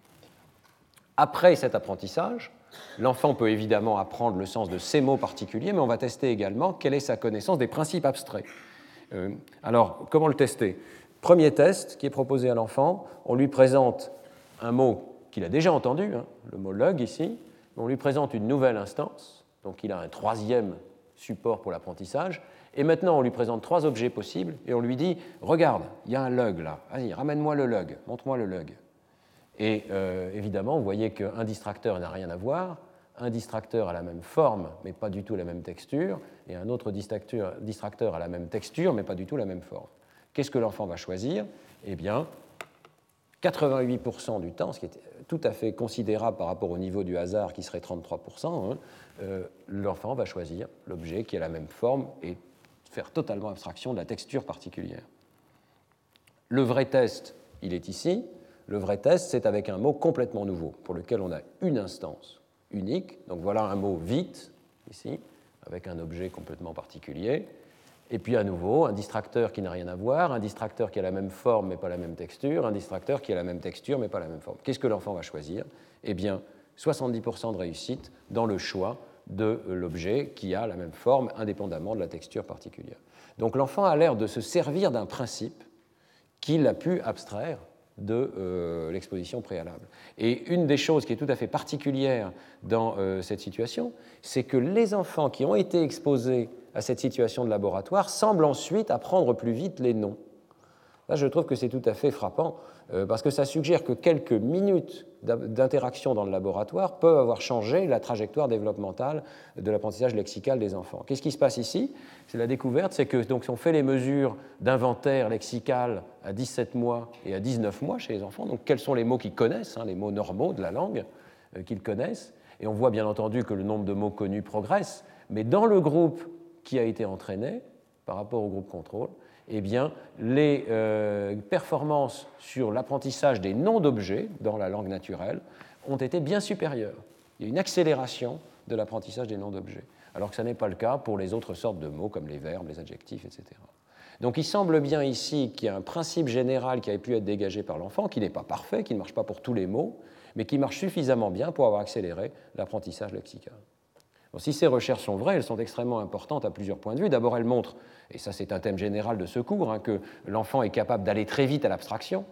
Après cet apprentissage, l'enfant peut évidemment apprendre le sens de ces mots particuliers, mais on va tester également quelle est sa connaissance des principes abstraits. Euh, alors, comment le tester? Premier test qui est proposé à l'enfant, on lui présente un mot qu'il a déjà entendu, hein, le mot lug ici, on lui présente une nouvelle instance, donc il a un troisième support pour l'apprentissage, et maintenant on lui présente trois objets possibles, et on lui dit, regarde, il y a un lug là, vas-y, ramène-moi le lug, montre-moi le lug. Et euh, évidemment, vous voyez qu'un distracteur n'a rien à voir, un distracteur a la même forme, mais pas du tout la même texture, et un autre distracteur, distracteur a la même texture, mais pas du tout la même forme. Qu'est-ce que l'enfant va choisir? Eh bien, quatre-vingt-huit pour cent du temps, ce qui est tout à fait considérable par rapport au niveau du hasard qui serait trente-trois pour cent, hein, euh, l'enfant va choisir l'objet qui a la même forme et faire totalement abstraction de la texture particulière. Le vrai test, il est ici. Le vrai test, c'est avec un mot complètement nouveau, pour lequel on a une instance unique. Donc voilà un mot vite, ici, avec un objet complètement particulier. Et puis à nouveau, un distracteur qui n'a rien à voir, un distracteur qui a la même forme mais pas la même texture, un distracteur qui a la même texture mais pas la même forme. Qu'est-ce que l'enfant va choisir? Eh bien, soixante-dix pour cent de réussite dans le choix de l'objet qui a la même forme indépendamment de la texture particulière. Donc l'enfant a l'air de se servir d'un principe qu'il a pu abstraire de euh, l'exposition préalable. Et une des choses qui est tout à fait particulière dans euh, cette situation, c'est que les enfants qui ont été exposés à cette situation de laboratoire semblent ensuite apprendre plus vite les noms. Là, je trouve que c'est tout à fait frappant, euh, parce que ça suggère que quelques minutes d'interaction dans le laboratoire peuvent avoir changé la trajectoire développementale de l'apprentissage lexical des enfants. Qu'est-ce qui se passe ici? C'est la découverte, c'est que donc, si on fait les mesures d'inventaire lexical à dix-sept mois et à dix-neuf mois chez les enfants, donc quels sont les mots qu'ils connaissent, hein, les mots normaux de la langue euh, qu'ils connaissent, et on voit bien entendu que le nombre de mots connus progresse, mais dans le groupe qui a été entraîné par rapport au groupe contrôle, eh bien, les euh, performances sur l'apprentissage des noms d'objets dans la langue naturelle ont été bien supérieures. Il y a une accélération de l'apprentissage des noms d'objets, alors que ce n'est pas le cas pour les autres sortes de mots comme les verbes, les adjectifs, et cetera. Donc il semble bien ici qu'il y a un principe général qui a pu être dégagé par l'enfant, qui n'est pas parfait, qui ne marche pas pour tous les mots, mais qui marche suffisamment bien pour avoir accéléré l'apprentissage lexical. Bon, si ces recherches sont vraies, elles sont extrêmement importantes à plusieurs points de vue. D'abord, elles montrent, et ça c'est un thème général de ce cours, hein, que l'enfant est capable d'aller très vite à l'abstraction,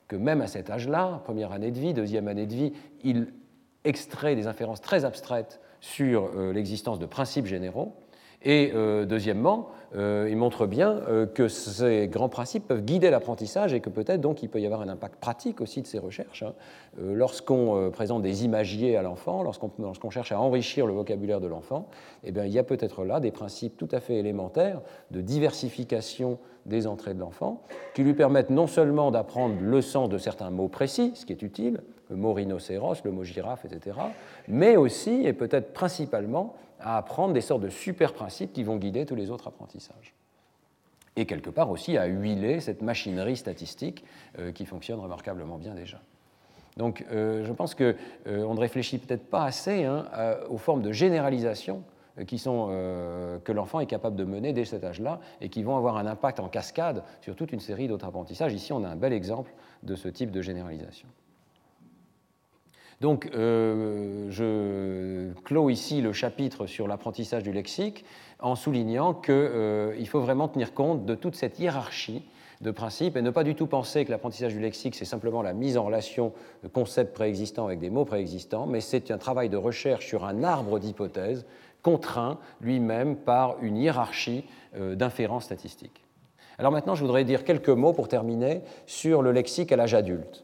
que même à cet âge-là, première année de vie, deuxième année de vie, il extrait des inférences très abstraites sur euh, l'existence de principes généraux. Et euh, deuxièmement, euh, il montre bien euh, que ces grands principes peuvent guider l'apprentissage et que peut-être donc il peut y avoir un impact pratique aussi de ces recherches. Hein. Euh, lorsqu'on euh, présente des imagiers à l'enfant, lorsqu'on, lorsqu'on cherche à enrichir le vocabulaire de l'enfant, eh bien, il y a peut-être là des principes tout à fait élémentaires de diversification des entrées de l'enfant qui lui permettent non seulement d'apprendre le sens de certains mots précis, ce qui est utile, le mot rhinocéros, le mot girafe, et cetera, mais aussi et peut-être principalement à apprendre des sortes de super principes qui vont guider tous les autres apprentissages. Et quelque part aussi à huiler cette machinerie statistique euh, qui fonctionne remarquablement bien déjà. Donc euh, je pense qu'on euh, ne réfléchit peut-être pas assez hein, à, aux formes de généralisation euh, qui sont, euh, que l'enfant est capable de mener dès cet âge-là et qui vont avoir un impact en cascade sur toute une série d'autres apprentissages. Ici, on a un bel exemple de ce type de généralisation. Donc, euh, je clôt ici le chapitre sur l'apprentissage du lexique en soulignant qu'il euh, faut vraiment tenir compte de toute cette hiérarchie de principes et ne pas du tout penser que l'apprentissage du lexique, c'est simplement la mise en relation de concepts préexistants avec des mots préexistants, mais c'est un travail de recherche sur un arbre d'hypothèses contraint lui-même par une hiérarchie euh, d'inférences statistiques. Alors maintenant, je voudrais dire quelques mots pour terminer sur le lexique à l'âge adulte.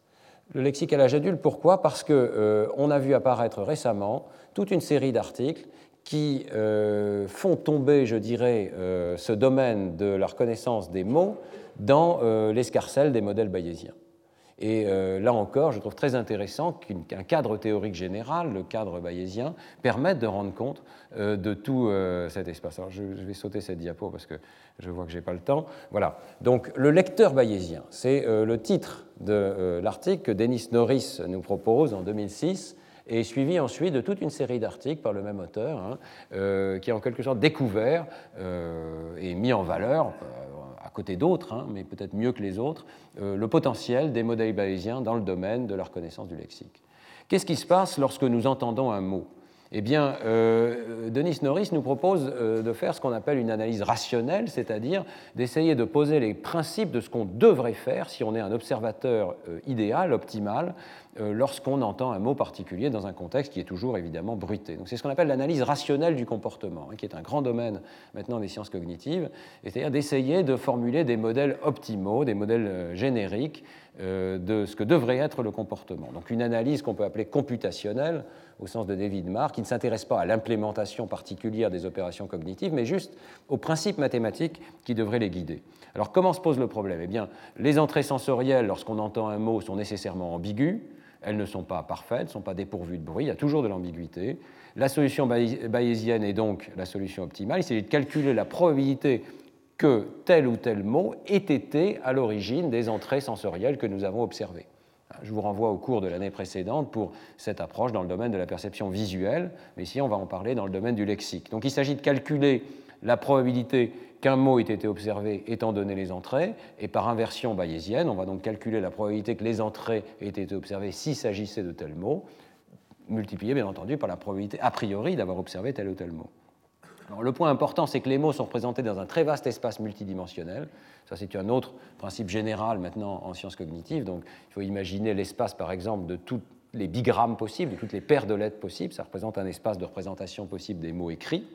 Le lexique à l'âge adulte, pourquoi ? Parce qu'on euh, a vu apparaître récemment toute une série d'articles qui euh, font tomber, je dirais, euh, ce domaine de la reconnaissance des mots dans euh, l'escarcelle des modèles bayésiens. Et euh, là encore, je trouve très intéressant qu'un cadre théorique général, le cadre bayésien, permette de rendre compte euh, de tout euh, cet espace. Alors, je, je vais sauter cette diapo parce que je vois que je n'ai pas le temps. Voilà. Donc, le lecteur bayésien, c'est euh, le titre de euh, l'article que Dennis Norris nous propose en deux mille six et suivi ensuite de toute une série d'articles par le même auteur hein, euh, qui a en quelque sorte découvert euh, et mis en valeur euh, à côté d'autres, hein, mais peut-être mieux que les autres, euh, le potentiel des modèles bayésiens dans le domaine de la reconnaissance du lexique. Qu'est-ce qui se passe lorsque nous entendons un mot ? Eh bien, euh, Dennis Norris nous propose euh, de faire ce qu'on appelle une analyse rationnelle, c'est-à-dire d'essayer de poser les principes de ce qu'on devrait faire si on est un observateur euh, idéal, optimal, euh, lorsqu'on entend un mot particulier dans un contexte qui est toujours évidemment bruité. Donc, c'est ce qu'on appelle l'analyse rationnelle du comportement, hein, qui est un grand domaine maintenant des sciences cognitives, c'est-à-dire d'essayer de formuler des modèles optimaux, des modèles euh, génériques euh, de ce que devrait être le comportement. Donc, une analyse qu'on peut appeler computationnelle, au sens de David Marr, qui ne s'intéresse pas à l'implémentation particulière des opérations cognitives, mais juste aux principes mathématiques qui devraient les guider. Alors, comment se pose le problème ? Eh bien, les entrées sensorielles, lorsqu'on entend un mot, sont nécessairement ambiguës. Elles ne sont pas parfaites, ne sont pas dépourvues de bruit, il y a toujours de l'ambiguïté. La solution bayésienne est donc la solution optimale. Il s'agit de calculer la probabilité que tel ou tel mot ait été à l'origine des entrées sensorielles que nous avons observées. Je vous renvoie au cours de l'année précédente pour cette approche dans le domaine de la perception visuelle, mais ici on va en parler dans le domaine du lexique. Donc il s'agit de calculer la probabilité qu'un mot ait été observé étant donné les entrées, et par inversion bayésienne, on va donc calculer la probabilité que les entrées aient été observées s'il s'agissait de tel mot, multipliée bien entendu par la probabilité a priori d'avoir observé tel ou tel mot. Alors, le point important, c'est que les mots sont représentés dans un très vaste espace multidimensionnel. Ça, c'est un autre principe général maintenant en sciences cognitives. Donc, il faut imaginer l'espace, par exemple, de tous les bigrammes possibles, de toutes les paires de lettres possibles. Ça représente un espace de représentation possible des mots écrits.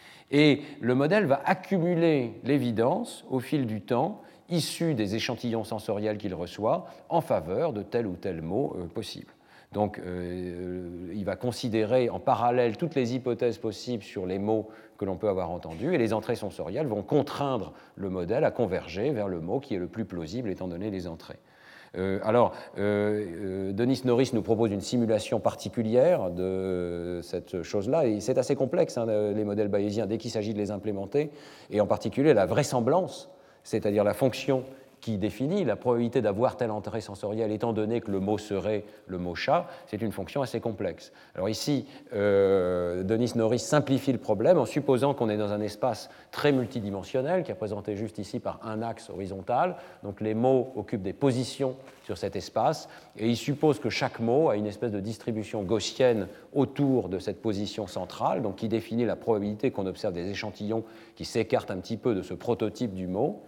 Et le modèle va accumuler l'évidence au fil du temps, issue des échantillons sensoriels qu'il reçoit, en faveur de tel ou tel mot euh, possible. Donc, euh, il va considérer en parallèle toutes les hypothèses possibles sur les mots que l'on peut avoir entendus, et les entrées sensorielles vont contraindre le modèle à converger vers le mot qui est le plus plausible étant donné les entrées. Euh, alors, euh, euh, Dennis Norris nous propose une simulation particulière de cette chose-là, et c'est assez complexe, hein, les modèles bayésiens, dès qu'il s'agit de les implémenter, et en particulier la vraisemblance, c'est-à-dire la fonction qui définit la probabilité d'avoir telle entrée sensorielle étant donné que le mot serait le mot chat, c'est une fonction assez complexe. Alors ici, euh, Dennis Norris simplifie le problème en supposant qu'on est dans un espace très multidimensionnel qui est représenté juste ici par un axe horizontal. Donc les mots occupent des positions sur cet espace et il suppose que chaque mot a une espèce de distribution gaussienne autour de cette position centrale, donc qui définit la probabilité qu'on observe des échantillons qui s'écartent un petit peu de ce prototype du mot.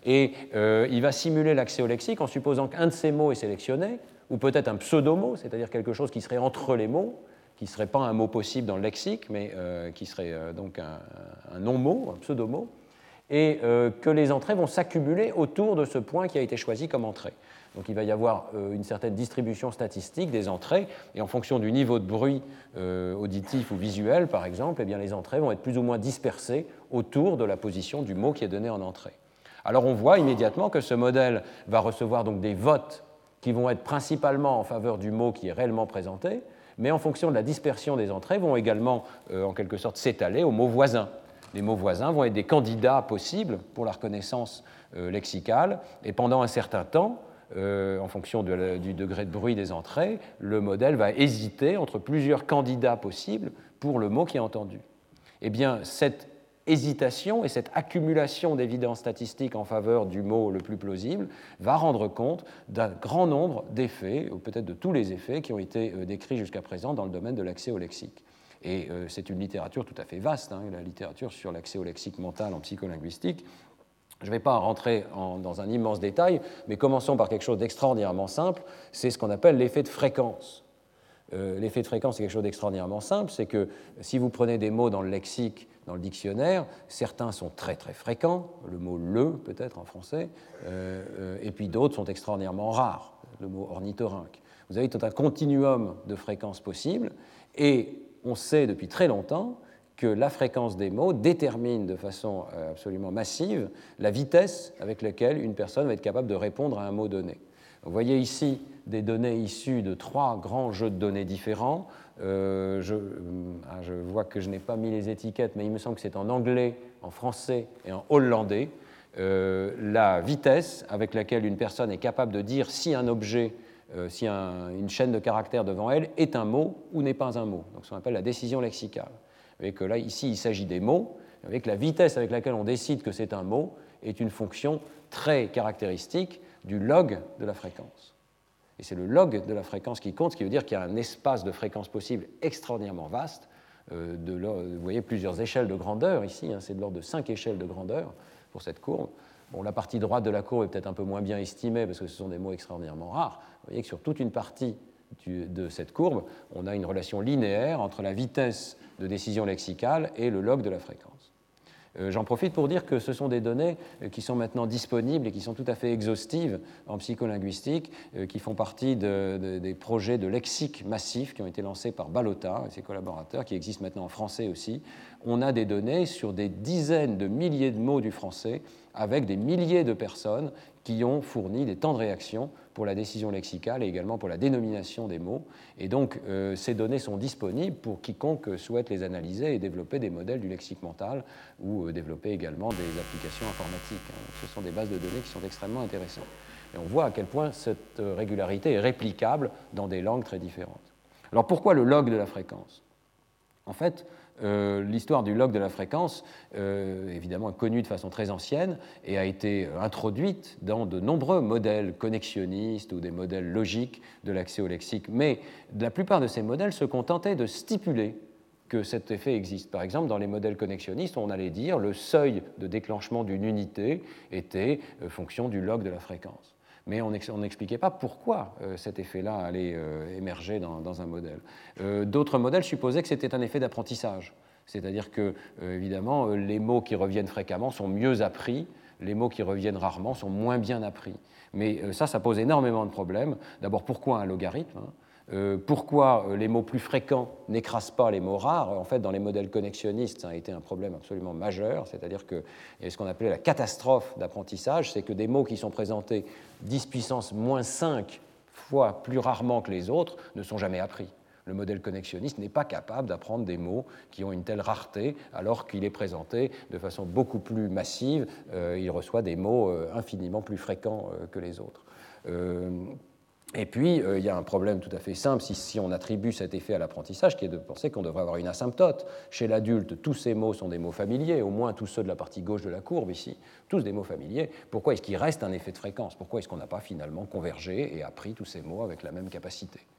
et euh, il va simuler l'accès au lexique en supposant qu'un de ces mots est sélectionné, ou peut-être un pseudomot, c'est-à-dire quelque chose qui serait entre les mots, qui ne serait pas un mot possible dans le lexique, mais euh, qui serait euh, donc un, un non-mot, un pseudomot, et euh, que les entrées vont s'accumuler autour de ce point qui a été choisi comme entrée. Donc il va y avoir euh, une certaine distribution statistique des entrées, et en fonction du niveau de bruit euh, auditif ou visuel, par exemple, eh bien, les entrées vont être plus ou moins dispersées autour de la position du mot qui est donné en entrée. Alors on voit immédiatement que ce modèle va recevoir donc des votes qui vont être principalement en faveur du mot qui est réellement présenté, mais en fonction de la dispersion des entrées, vont également euh, en quelque sorte s'étaler aux mots voisins. Les mots voisins vont être des candidats possibles pour la reconnaissance euh, lexicale, et pendant un certain temps, euh, en fonction de la, du degré de bruit des entrées, le modèle va hésiter entre plusieurs candidats possibles pour le mot qui est entendu. Eh bien, cette hésitation et cette accumulation d'évidences statistiques en faveur du mot le plus plausible va rendre compte d'un grand nombre d'effets, ou peut-être de tous les effets qui ont été euh, décrits jusqu'à présent dans le domaine de l'accès au lexique. Et euh, c'est une littérature tout à fait vaste, hein, la littérature sur l'accès au lexique mental en psycholinguistique. Je ne vais pas rentrer en, dans un immense détail, mais commençons par quelque chose d'extraordinairement simple, c'est ce qu'on appelle l'effet de fréquence. Euh, l'effet de fréquence, c'est quelque chose d'extraordinairement simple, c'est que si vous prenez des mots dans le lexique, dans le dictionnaire, certains sont très très fréquents, le mot « le » peut-être en français, euh, euh, et puis d'autres sont extraordinairement rares, le mot « ornithorynque ». Vous avez tout un continuum de fréquences possibles, et on sait depuis très longtemps que la fréquence des mots détermine de façon absolument massive la vitesse avec laquelle une personne va être capable de répondre à un mot donné. Vous voyez ici des données issues de trois grands jeux de données différents. Euh, je, je vois que je n'ai pas mis les étiquettes, mais il me semble que c'est en anglais, en français et en hollandais. Euh, la vitesse avec laquelle une personne est capable de dire si un objet, euh, si un, une chaîne de caractères devant elle est un mot ou n'est pas un mot. Donc, ce qu'on appelle la décision lexicale. Vous voyez que là, ici, il s'agit des mots, avec la vitesse avec laquelle on décide que c'est un mot est une fonction très caractéristique du log de la fréquence. Et c'est le log de la fréquence qui compte, ce qui veut dire qu'il y a un espace de fréquence possible extraordinairement vaste. Euh, de, vous voyez plusieurs échelles de grandeur ici, hein, c'est de l'ordre de cinq échelles de grandeur pour cette courbe. Bon, la partie droite de la courbe est peut-être un peu moins bien estimée parce que ce sont des mots extraordinairement rares. Vous voyez que sur toute une partie du, de cette courbe, on a une relation linéaire entre la vitesse de décision lexicale et le log de la fréquence. Euh, j'en profite pour dire que ce sont des données qui sont maintenant disponibles et qui sont tout à fait exhaustives en psycholinguistique, euh, qui font partie de, de, des projets de lexique massif qui ont été lancés par Balota et ses collaborateurs, qui existent maintenant en français aussi. On a des données sur des dizaines de milliers de mots du français avec des milliers de personnes qui ont fourni des temps de réaction pour la décision lexicale et également pour la dénomination des mots. Et donc, euh, ces données sont disponibles pour quiconque souhaite les analyser et développer des modèles du lexique mental ou euh, développer également des applications informatiques. Hein. Ce sont des bases de données qui sont extrêmement intéressantes. Et on voit à quel point cette régularité est réplicable dans des langues très différentes. Alors, pourquoi le log de la fréquence ? En fait, Euh, l'histoire du log de la fréquence, euh, évidemment connue de façon très ancienne, et a été introduite dans de nombreux modèles connexionnistes ou des modèles logiques de l'accès au lexique. Mais la plupart de ces modèles se contentaient de stipuler que cet effet existe. Par exemple, dans les modèles connexionnistes, on allait dire le seuil de déclenchement d'une unité était euh, fonction du log de la fréquence. Mais on n'expliquait pas pourquoi euh, cet effet-là allait euh, émerger dans, dans un modèle. Euh, d'autres modèles supposaient que c'était un effet d'apprentissage, c'est-à-dire que, euh, évidemment, les mots qui reviennent fréquemment sont mieux appris, les mots qui reviennent rarement sont moins bien appris. Mais euh, ça, ça pose énormément de problèmes. D'abord, pourquoi un logarithme, hein ? Euh, pourquoi les mots plus fréquents n'écrasent pas les mots rares? En fait, dans les modèles connexionnistes, ça a été un problème absolument majeur, c'est-à-dire qu'il y a ce qu'on appelait la catastrophe d'apprentissage, c'est que des mots qui sont présentés dix puissance moins cinq fois plus rarement que les autres ne sont jamais appris. Le modèle connexionniste n'est pas capable d'apprendre des mots qui ont une telle rareté, alors qu'il est présenté de façon beaucoup plus massive, euh, il reçoit des mots euh, infiniment plus fréquents euh, que les autres. Euh, Et puis, euh, il y a un problème tout à fait simple si, si on attribue cet effet à l'apprentissage, qui est de penser qu'on devrait avoir une asymptote. Chez l'adulte, tous ces mots sont des mots familiers, au moins tous ceux de la partie gauche de la courbe ici, tous des mots familiers. Pourquoi est-ce qu'il reste un effet de fréquence? Pourquoi est-ce qu'on n'a pas finalement convergé et appris tous ces mots avec la même capacité?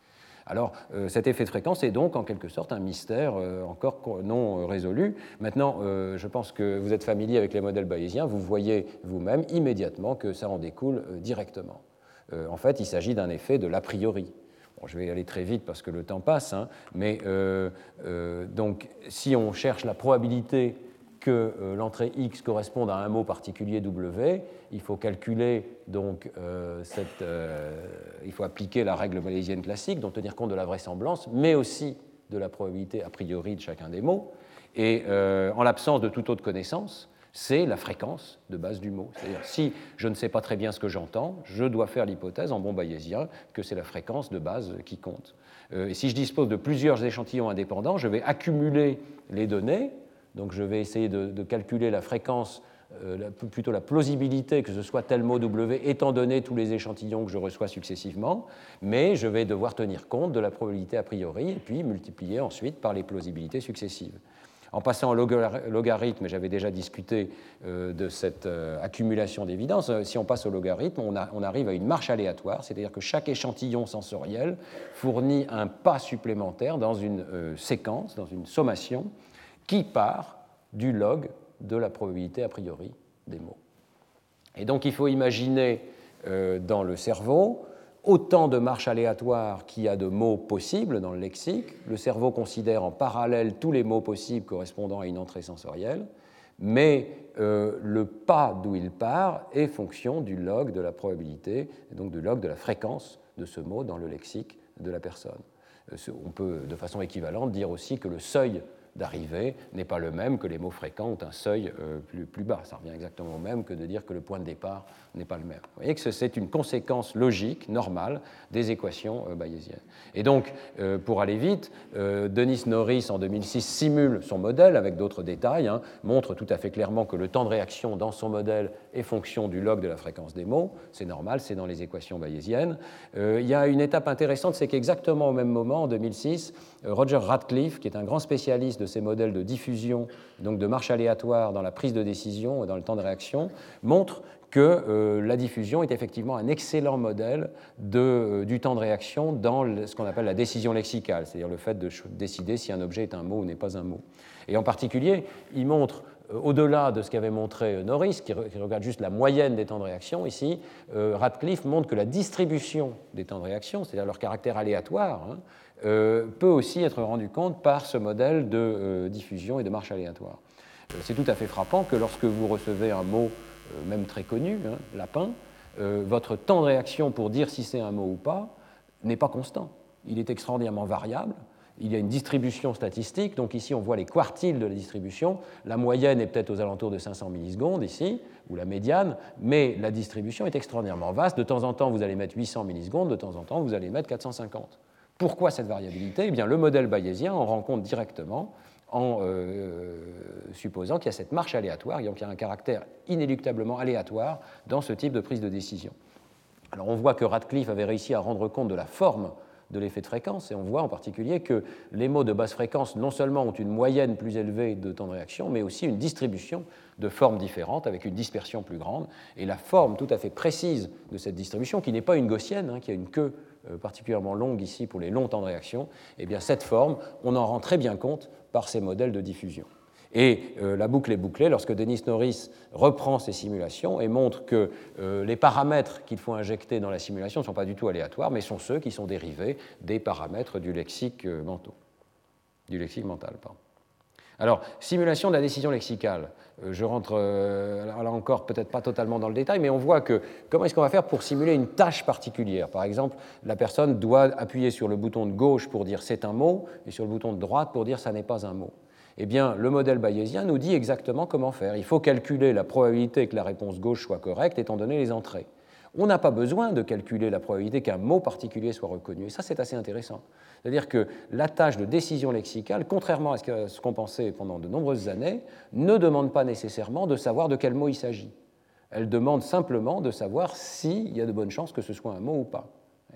Alors, euh, cet effet de fréquence est donc en quelque sorte un mystère euh, encore non résolu. Maintenant, euh, je pense que vous êtes familier avec les modèles bayésiens, vous voyez vous-même immédiatement que ça en découle euh, directement. Euh, en fait, il s'agit d'un effet de l'a priori. Bon, je vais y aller très vite parce que le temps passe, hein, mais euh, euh, donc, si on cherche la probabilité que euh, l'entrée X corresponde à un mot particulier W, il faut calculer, donc, euh, cette, euh, il faut appliquer la règle bayésienne classique, donc tenir compte de la vraisemblance, mais aussi de la probabilité a priori de chacun des mots. Et euh, en l'absence de toute autre connaissance, c'est la fréquence de base du mot. C'est-à-dire, si je ne sais pas très bien ce que j'entends, je dois faire l'hypothèse en bon bayésien que c'est la fréquence de base qui compte. Euh, et si je dispose de plusieurs échantillons indépendants, je vais accumuler les données. Donc je vais essayer de, de calculer la fréquence, euh, la, plutôt la plausibilité que ce soit tel mot W, étant donné tous les échantillons que je reçois successivement, mais je vais devoir tenir compte de la probabilité a priori et puis multiplier ensuite par les plausibilités successives. En passant au logarithme, j'avais déjà discuté euh, de cette euh, accumulation d'évidence, si on passe au logarithme, on, a, on arrive à une marche aléatoire, c'est-à-dire que chaque échantillon sensoriel fournit un pas supplémentaire dans une euh, séquence, dans une sommation, qui part du log de la probabilité a priori des mots. Et donc il faut imaginer euh, dans le cerveau autant de marches aléatoires qu'il y a de mots possibles dans le lexique. Le cerveau considère en parallèle tous les mots possibles correspondant à une entrée sensorielle, mais euh, le pas d'où il part est fonction du log de la probabilité, et donc du log de la fréquence de ce mot dans le lexique de la personne. Euh, on peut de façon équivalente dire aussi que le seuil d'arrivée n'est pas le même que les mots fréquents ont un seuil euh, plus, plus bas. Ça revient exactement au même que de dire que le point de départ n'est pas le même. Vous voyez que c'est une conséquence logique, normale, des équations euh, bayésiennes. Et donc, euh, pour aller vite, euh, Denis Norris, en deux mille six, simule son modèle avec d'autres détails, hein, montre tout à fait clairement que le temps de réaction dans son modèle est fonction du log de la fréquence des mots. C'est normal, c'est dans les équations bayésiennes. Euh, il y a une étape intéressante, c'est qu'exactement au même moment, en deux mille six, euh, Roger Radcliffe, qui est un grand spécialiste de ces modèles de diffusion, donc de marche aléatoire dans la prise de décision et dans le temps de réaction, montre que euh, la diffusion est effectivement un excellent modèle de, euh, du temps de réaction dans le, ce qu'on appelle la décision lexicale, c'est-à-dire le fait de décider si un objet est un mot ou n'est pas un mot. Et en particulier, il montre, euh, au-delà de ce qu'avait montré Norris, qui, re, qui regarde juste la moyenne des temps de réaction, ici, euh, Radcliffe montre que la distribution des temps de réaction, c'est-à-dire leur caractère aléatoire, hein, Euh, peut aussi être rendu compte par ce modèle de euh, diffusion et de marche aléatoire. Euh, c'est tout à fait frappant que lorsque vous recevez un mot, euh, même très connu, hein, lapin, euh, votre temps de réaction pour dire si c'est un mot ou pas n'est pas constant. Il est extraordinairement variable. Il y a une distribution statistique, donc ici on voit les quartiles de la distribution. La moyenne est peut-être aux alentours de cinq cents millisecondes ici, ou la médiane, mais la distribution est extraordinairement vaste. De temps en temps, vous allez mettre huit cents millisecondes, de temps en temps, vous allez mettre quatre cent cinquante. Pourquoi cette variabilité ? Eh bien, le modèle bayésien en rend compte directement en euh, supposant qu'il y a cette marche aléatoire, donc il y a un caractère inéluctablement aléatoire dans ce type de prise de décision. Alors on voit que Radcliffe avait réussi à rendre compte de la forme de l'effet de fréquence, et on voit en particulier que les mots de basse fréquence non seulement ont une moyenne plus élevée de temps de réaction, mais aussi une distribution de formes différentes avec une dispersion plus grande. Et la forme tout à fait précise de cette distribution, qui n'est pas une gaussienne, hein, qui a une queue particulièrement longue ici pour les longs temps de réaction, eh bien cette forme, on en rend très bien compte par ces modèles de diffusion. Et euh, la boucle est bouclée lorsque Denis Norris reprend ces simulations et montre que euh, les paramètres qu'il faut injecter dans la simulation ne sont pas du tout aléatoires, mais sont ceux qui sont dérivés des paramètres du lexique euh, mental. Du lexique mental, pardon. Alors, simulation de la décision lexicale. Euh, je rentre euh, là encore peut-être pas totalement dans le détail, mais on voit que comment est-ce qu'on va faire pour simuler une tâche particulière. Par exemple, la personne doit appuyer sur le bouton de gauche pour dire c'est un mot et sur le bouton de droite pour dire ça n'est pas un mot. Eh bien, le modèle bayésien nous dit exactement comment faire. Il faut calculer la probabilité que la réponse gauche soit correcte étant donné les entrées. On n'a pas besoin de calculer la probabilité qu'un mot particulier soit reconnu. Et ça, c'est assez intéressant. C'est-à-dire que la tâche de décision lexicale, contrairement à ce qu'on pensait pendant de nombreuses années, ne demande pas nécessairement de savoir de quel mot il s'agit. Elle demande simplement de savoir s'il y a de bonnes chances que ce soit un mot ou pas.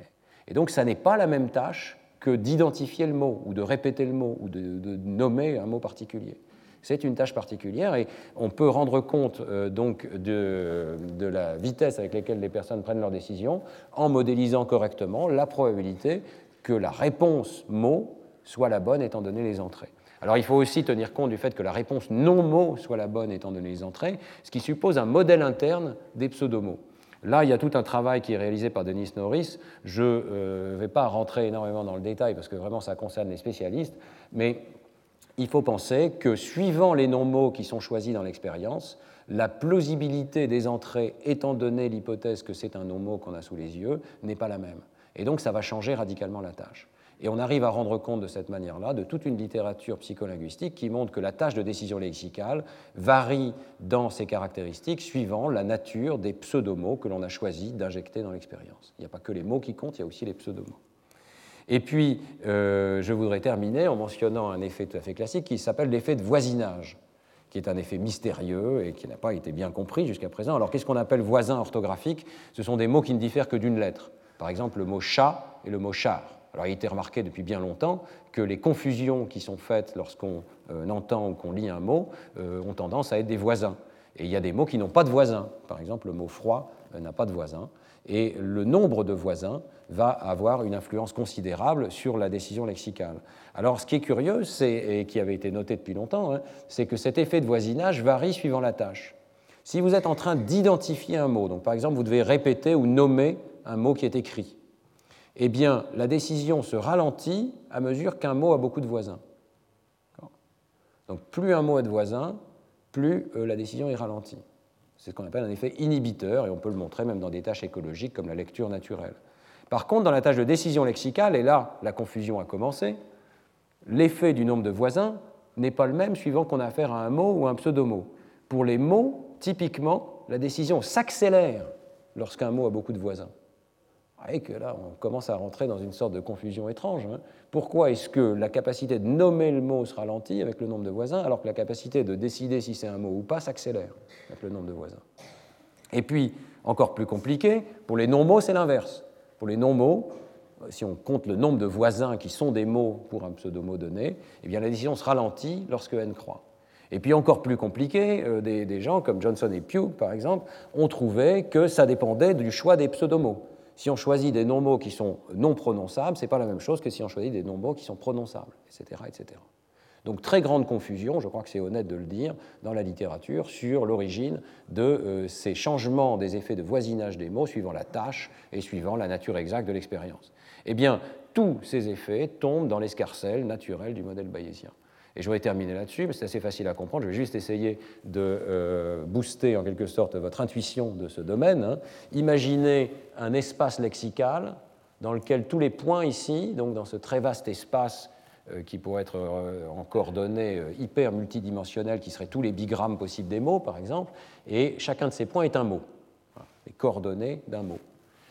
Et donc, ça n'est pas la même tâche que d'identifier le mot, ou de répéter le mot, ou de, de nommer un mot particulier. C'est une tâche particulière et on peut rendre compte euh, donc de, de la vitesse avec laquelle les personnes prennent leurs décisions en modélisant correctement la probabilité que la réponse mot soit la bonne étant donné les entrées. Alors il faut aussi tenir compte du fait que la réponse non-mot soit la bonne étant donné les entrées, ce qui suppose un modèle interne des pseudomots. Là, il y a tout un travail qui est réalisé par Denis Norris. Je ne euh, vais pas rentrer énormément dans le détail parce que vraiment ça concerne les spécialistes, mais il faut penser que suivant les non-mots qui sont choisis dans l'expérience, la plausibilité des entrées, étant donné l'hypothèse que c'est un non-mot qu'on a sous les yeux, n'est pas la même. Et donc ça va changer radicalement la tâche. Et on arrive à rendre compte de cette manière-là de toute une littérature psycholinguistique qui montre que la tâche de décision lexicale varie dans ses caractéristiques suivant la nature des pseudomots que l'on a choisi d'injecter dans l'expérience. Il n'y a pas que les mots qui comptent, il y a aussi les pseudomots. Et puis, euh, je voudrais terminer en mentionnant un effet tout à fait classique qui s'appelle l'effet de voisinage, qui est un effet mystérieux et qui n'a pas été bien compris jusqu'à présent. Alors, qu'est-ce qu'on appelle voisin orthographique? Ce sont des mots qui ne diffèrent que d'une lettre. Par exemple, le mot chat et le mot char. Alors, il a été remarqué depuis bien longtemps que les confusions qui sont faites lorsqu'on euh, entend ou qu'on lit un mot euh, ont tendance à être des voisins. Et il y a des mots qui n'ont pas de voisins. Par exemple, le mot froid euh, n'a pas de voisins. Et le nombre de voisins va avoir une influence considérable sur la décision lexicale. Alors, ce qui est curieux, c'est, et qui avait été noté depuis longtemps, hein, c'est que cet effet de voisinage varie suivant la tâche. Si vous êtes en train d'identifier un mot, donc par exemple, vous devez répéter ou nommer un mot qui est écrit, eh bien, la décision se ralentit à mesure qu'un mot a beaucoup de voisins. Donc, plus un mot a de voisins, plus euh, la décision est ralentie. C'est ce qu'on appelle un effet inhibiteur, et on peut le montrer même dans des tâches écologiques comme la lecture naturelle. Par contre, dans la tâche de décision lexicale, et là, la confusion a commencé, l'effet du nombre de voisins n'est pas le même suivant qu'on a affaire à un mot ou à un pseudomot. Pour les mots, typiquement, la décision s'accélère lorsqu'un mot a beaucoup de voisins. Vous voyez que là, on commence à rentrer dans une sorte de confusion étrange. Hein. Pourquoi est-ce que la capacité de nommer le mot se ralentit avec le nombre de voisins, alors que la capacité de décider si c'est un mot ou pas s'accélère avec le nombre de voisins? Et puis, encore plus compliqué, pour les non-mots, c'est l'inverse. Pour les non-mots, si on compte le nombre de voisins qui sont des mots pour un pseudomot donné, eh bien, la décision se ralentit lorsque n croît. Et puis encore plus compliqué, euh, des, des gens comme Johnson et Pugh, par exemple, ont trouvé que ça dépendait du choix des pseudomots. Si on choisit des non-mots qui sont non prononçables, ce n'est pas la même chose que si on choisit des non-mots qui sont prononçables, et cetera, et cetera. Donc très grande confusion, je crois que c'est honnête de le dire, dans la littérature sur l'origine de euh, ces changements des effets de voisinage des mots suivant la tâche et suivant la nature exacte de l'expérience. Eh bien, tous ces effets tombent dans l'escarcelle naturelle du modèle bayésien. Et je vais terminer là-dessus, mais c'est assez facile à comprendre. Je vais juste essayer de euh, booster en quelque sorte votre intuition de ce domaine. Hein. Imaginez un espace lexical dans lequel tous les points ici, donc dans ce très vaste espace euh, qui pourrait être euh, en coordonnées euh, hyper multidimensionnelles, qui seraient tous les bigrammes possibles des mots, par exemple, et chacun de ces points est un mot, voilà, les coordonnées d'un mot.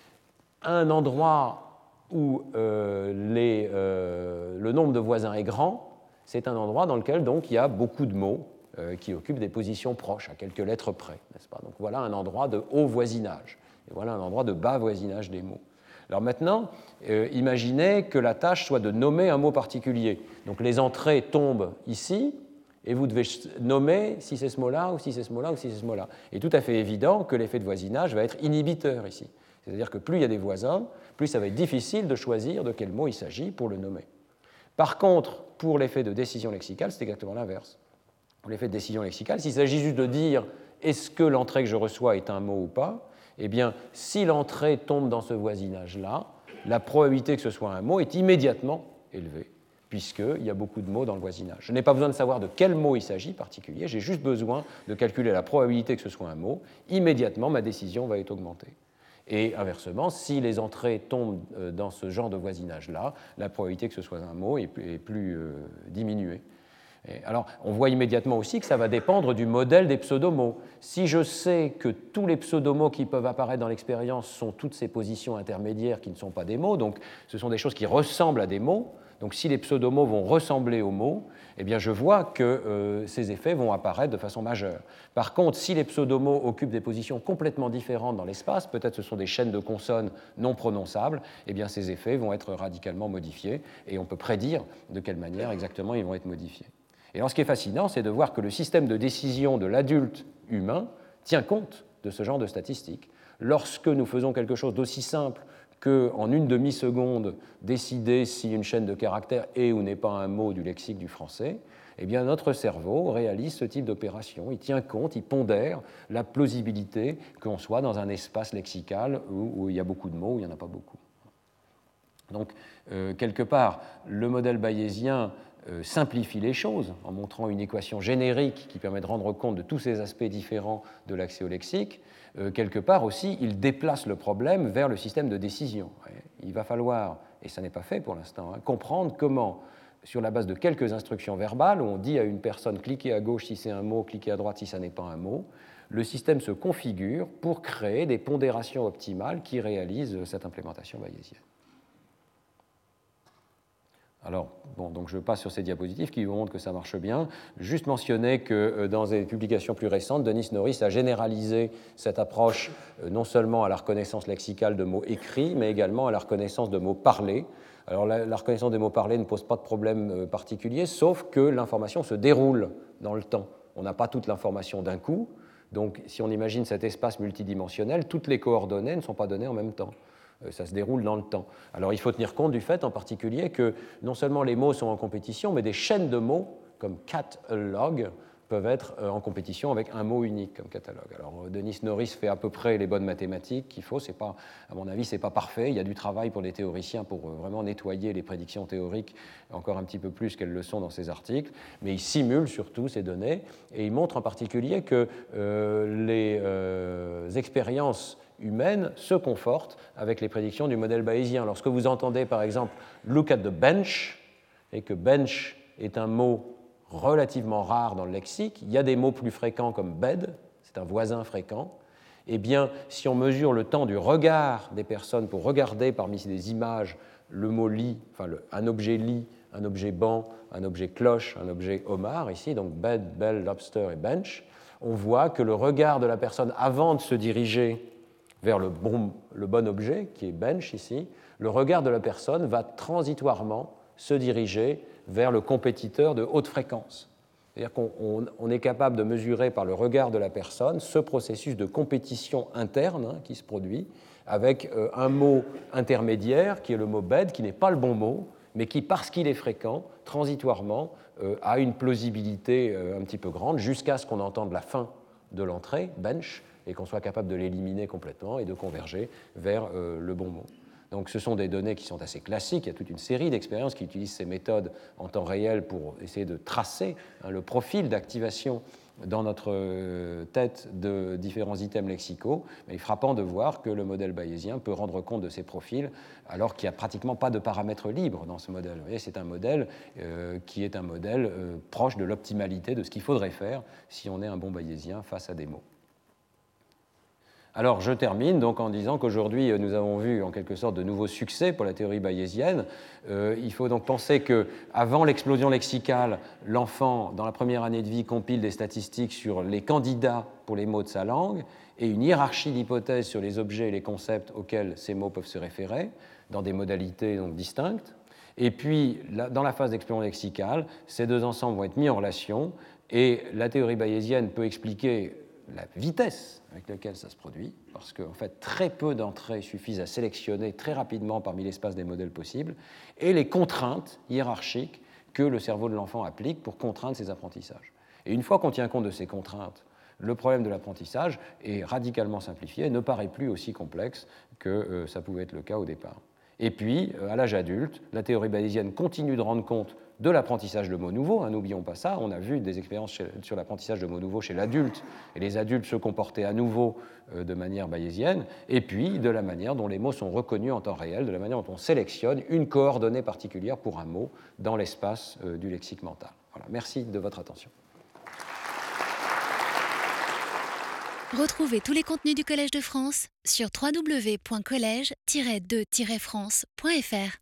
Un endroit où euh, les, euh, le nombre de voisins est grand, c'est un endroit dans lequel donc, il y a beaucoup de mots euh, qui occupent des positions proches, à quelques lettres près, n'est-ce pas? Donc voilà un endroit de haut voisinage, et voilà un endroit de bas voisinage des mots. Alors maintenant, euh, imaginez que la tâche soit de nommer un mot particulier. Donc les entrées tombent ici, et vous devez nommer si c'est ce mot-là, ou si c'est ce mot-là, ou si c'est ce mot-là. Et tout à fait évident que l'effet de voisinage va être inhibiteur ici. C'est-à-dire que plus il y a des voisins, plus ça va être difficile de choisir de quel mot il s'agit pour le nommer. Par contre, pour l'effet de décision lexicale, c'est exactement l'inverse. Pour l'effet de décision lexicale, s'il s'agit juste de dire est-ce que l'entrée que je reçois est un mot ou pas, eh bien, si l'entrée tombe dans ce voisinage-là, la probabilité que ce soit un mot est immédiatement élevée, puisqu'il y a beaucoup de mots dans le voisinage. Je n'ai pas besoin de savoir de quel mot il s'agit particulier, j'ai juste besoin de calculer la probabilité que ce soit un mot. Immédiatement, ma décision va être augmentée. Et inversement, si les entrées tombent dans ce genre de voisinage-là, la probabilité que ce soit un mot est plus, est plus euh, diminuée. Et alors, on voit immédiatement aussi que ça va dépendre du modèle des pseudomots. Si je sais que tous les pseudomots qui peuvent apparaître dans l'expérience sont toutes ces positions intermédiaires qui ne sont pas des mots, donc ce sont des choses qui ressemblent à des mots, donc si les pseudomots vont ressembler aux mots, eh bien je vois que euh, ces effets vont apparaître de façon majeure. Par contre, si les pseudomots occupent des positions complètement différentes dans l'espace, peut-être ce sont des chaînes de consonnes non prononçables, eh bien ces effets vont être radicalement modifiés et on peut prédire de quelle manière exactement ils vont être modifiés. Et alors ce qui est fascinant, c'est de voir que le système de décision de l'adulte humain tient compte de ce genre de statistiques. Lorsque nous faisons quelque chose d'aussi simple qu'en une demi-seconde, décider si une chaîne de caractères est ou n'est pas un mot du lexique du français, eh bien notre cerveau réalise ce type d'opération. Il tient compte, il pondère la plausibilité qu'on soit dans un espace lexical où, où il y a beaucoup de mots, où il n'y en a pas beaucoup. Donc, euh, quelque part, le modèle bayésien euh, simplifie les choses en montrant une équation générique qui permet de rendre compte de tous ces aspects différents de l'accès au lexique. Euh, quelque part aussi, il déplace le problème vers le système de décision. Il va falloir, et ça n'est pas fait pour l'instant, hein, comprendre comment, sur la base de quelques instructions verbales, où on dit à une personne cliquez à gauche si c'est un mot, cliquez à droite si ça n'est pas un mot, le système se configure pour créer des pondérations optimales qui réalisent cette implémentation bayésienne. Alors, bon, donc je passe sur ces diapositives qui vous montrent que ça marche bien. Juste mentionner que dans des publications plus récentes, Denis Norris a généralisé cette approche non seulement à la reconnaissance lexicale de mots écrits, mais également à la reconnaissance de mots parlés. Alors, la, la reconnaissance des mots parlés ne pose pas de problème particulier, sauf que l'information se déroule dans le temps. On n'a pas toute l'information d'un coup. Donc, si on imagine cet espace multidimensionnel, toutes les coordonnées ne sont pas données en même temps. Ça se déroule dans le temps. Alors il faut tenir compte du fait en particulier que non seulement les mots sont en compétition, mais des chaînes de mots comme catalog peuvent être en compétition avec un mot unique comme catalogue. Alors Denis Norris fait à peu près les bonnes mathématiques qu'il faut. C'est pas, à mon avis, ce n'est pas parfait. Il y a du travail pour les théoriciens pour vraiment nettoyer les prédictions théoriques encore un petit peu plus qu'elles le sont dans ces articles. Mais il simule surtout ces données et il montre en particulier que euh, les euh, expériences humaine se conforte avec les prédictions du modèle bayésien. Lorsque vous entendez par exemple « look at the bench » et que « bench » est un mot relativement rare dans le lexique, il y a des mots plus fréquents comme « bed », c'est un voisin fréquent, eh bien, si on mesure le temps du regard des personnes pour regarder parmi des images le mot « lit », enfin le, un objet « lit », un objet « banc », un objet « cloche », un objet « homard », ici, donc « bed »,« bell »,« lobster » et « bench », on voit que le regard de la personne avant de se diriger vers le bon, le bon objet, qui est bench ici, le regard de la personne va transitoirement se diriger vers le compétiteur de haute fréquence. C'est-à-dire qu'on on, on est capable de mesurer par le regard de la personne ce processus de compétition interne hein, qui se produit avec euh, un mot intermédiaire qui est le mot bed, qui n'est pas le bon mot, mais qui, parce qu'il est fréquent, transitoirement, euh, a une plausibilité euh, un petit peu grande jusqu'à ce qu'on entende la fin de l'entrée, bench, et qu'on soit capable de l'éliminer complètement et de converger vers euh, le bon mot. Donc ce sont des données qui sont assez classiques, il y a toute une série d'expériences qui utilisent ces méthodes en temps réel pour essayer de tracer hein, le profil d'activation dans notre tête de différents items lexicaux, mais il est frappant de voir que le modèle bayésien peut rendre compte de ces profils alors qu'il n'y a pratiquement pas de paramètres libres dans ce modèle. Vous voyez, c'est un modèle euh, qui est un modèle euh, proche de l'optimalité de ce qu'il faudrait faire si on est un bon bayésien face à des mots. Alors, je termine donc en disant qu'aujourd'hui, nous avons vu en quelque sorte de nouveaux succès pour la théorie bayésienne. Euh, il faut donc penser qu'avant l'explosion lexicale, l'enfant, dans la première année de vie, compile des statistiques sur les candidats pour les mots de sa langue et une hiérarchie d'hypothèses sur les objets et les concepts auxquels ces mots peuvent se référer, dans des modalités donc distinctes. Et puis, dans la phase d'explosion lexicale, ces deux ensembles vont être mis en relation et la théorie bayésienne peut expliquer la vitesse avec laquelle ça se produit, parce qu'en fait, très peu d'entrées suffisent à sélectionner très rapidement parmi l'espace des modèles possibles, et les contraintes hiérarchiques que le cerveau de l'enfant applique pour contraindre ses apprentissages. Et une fois qu'on tient compte de ces contraintes, le problème de l'apprentissage est radicalement simplifié et ne paraît plus aussi complexe que euh, ça pouvait être le cas au départ. Et puis, à l'âge adulte, la théorie bayésienne continue de rendre compte de l'apprentissage de mots nouveaux, hein, n'oublions pas ça, on a vu des expériences chez, sur l'apprentissage de mots nouveaux chez l'adulte, et les adultes se comportaient à nouveau euh, de manière bayésienne, et puis de la manière dont les mots sont reconnus en temps réel, de la manière dont on sélectionne une coordonnée particulière pour un mot dans l'espace euh, du lexique mental. Voilà, merci de votre attention. Retrouvez tous les contenus du Collège de France sur w w w point collège tiret de tiret france point f r.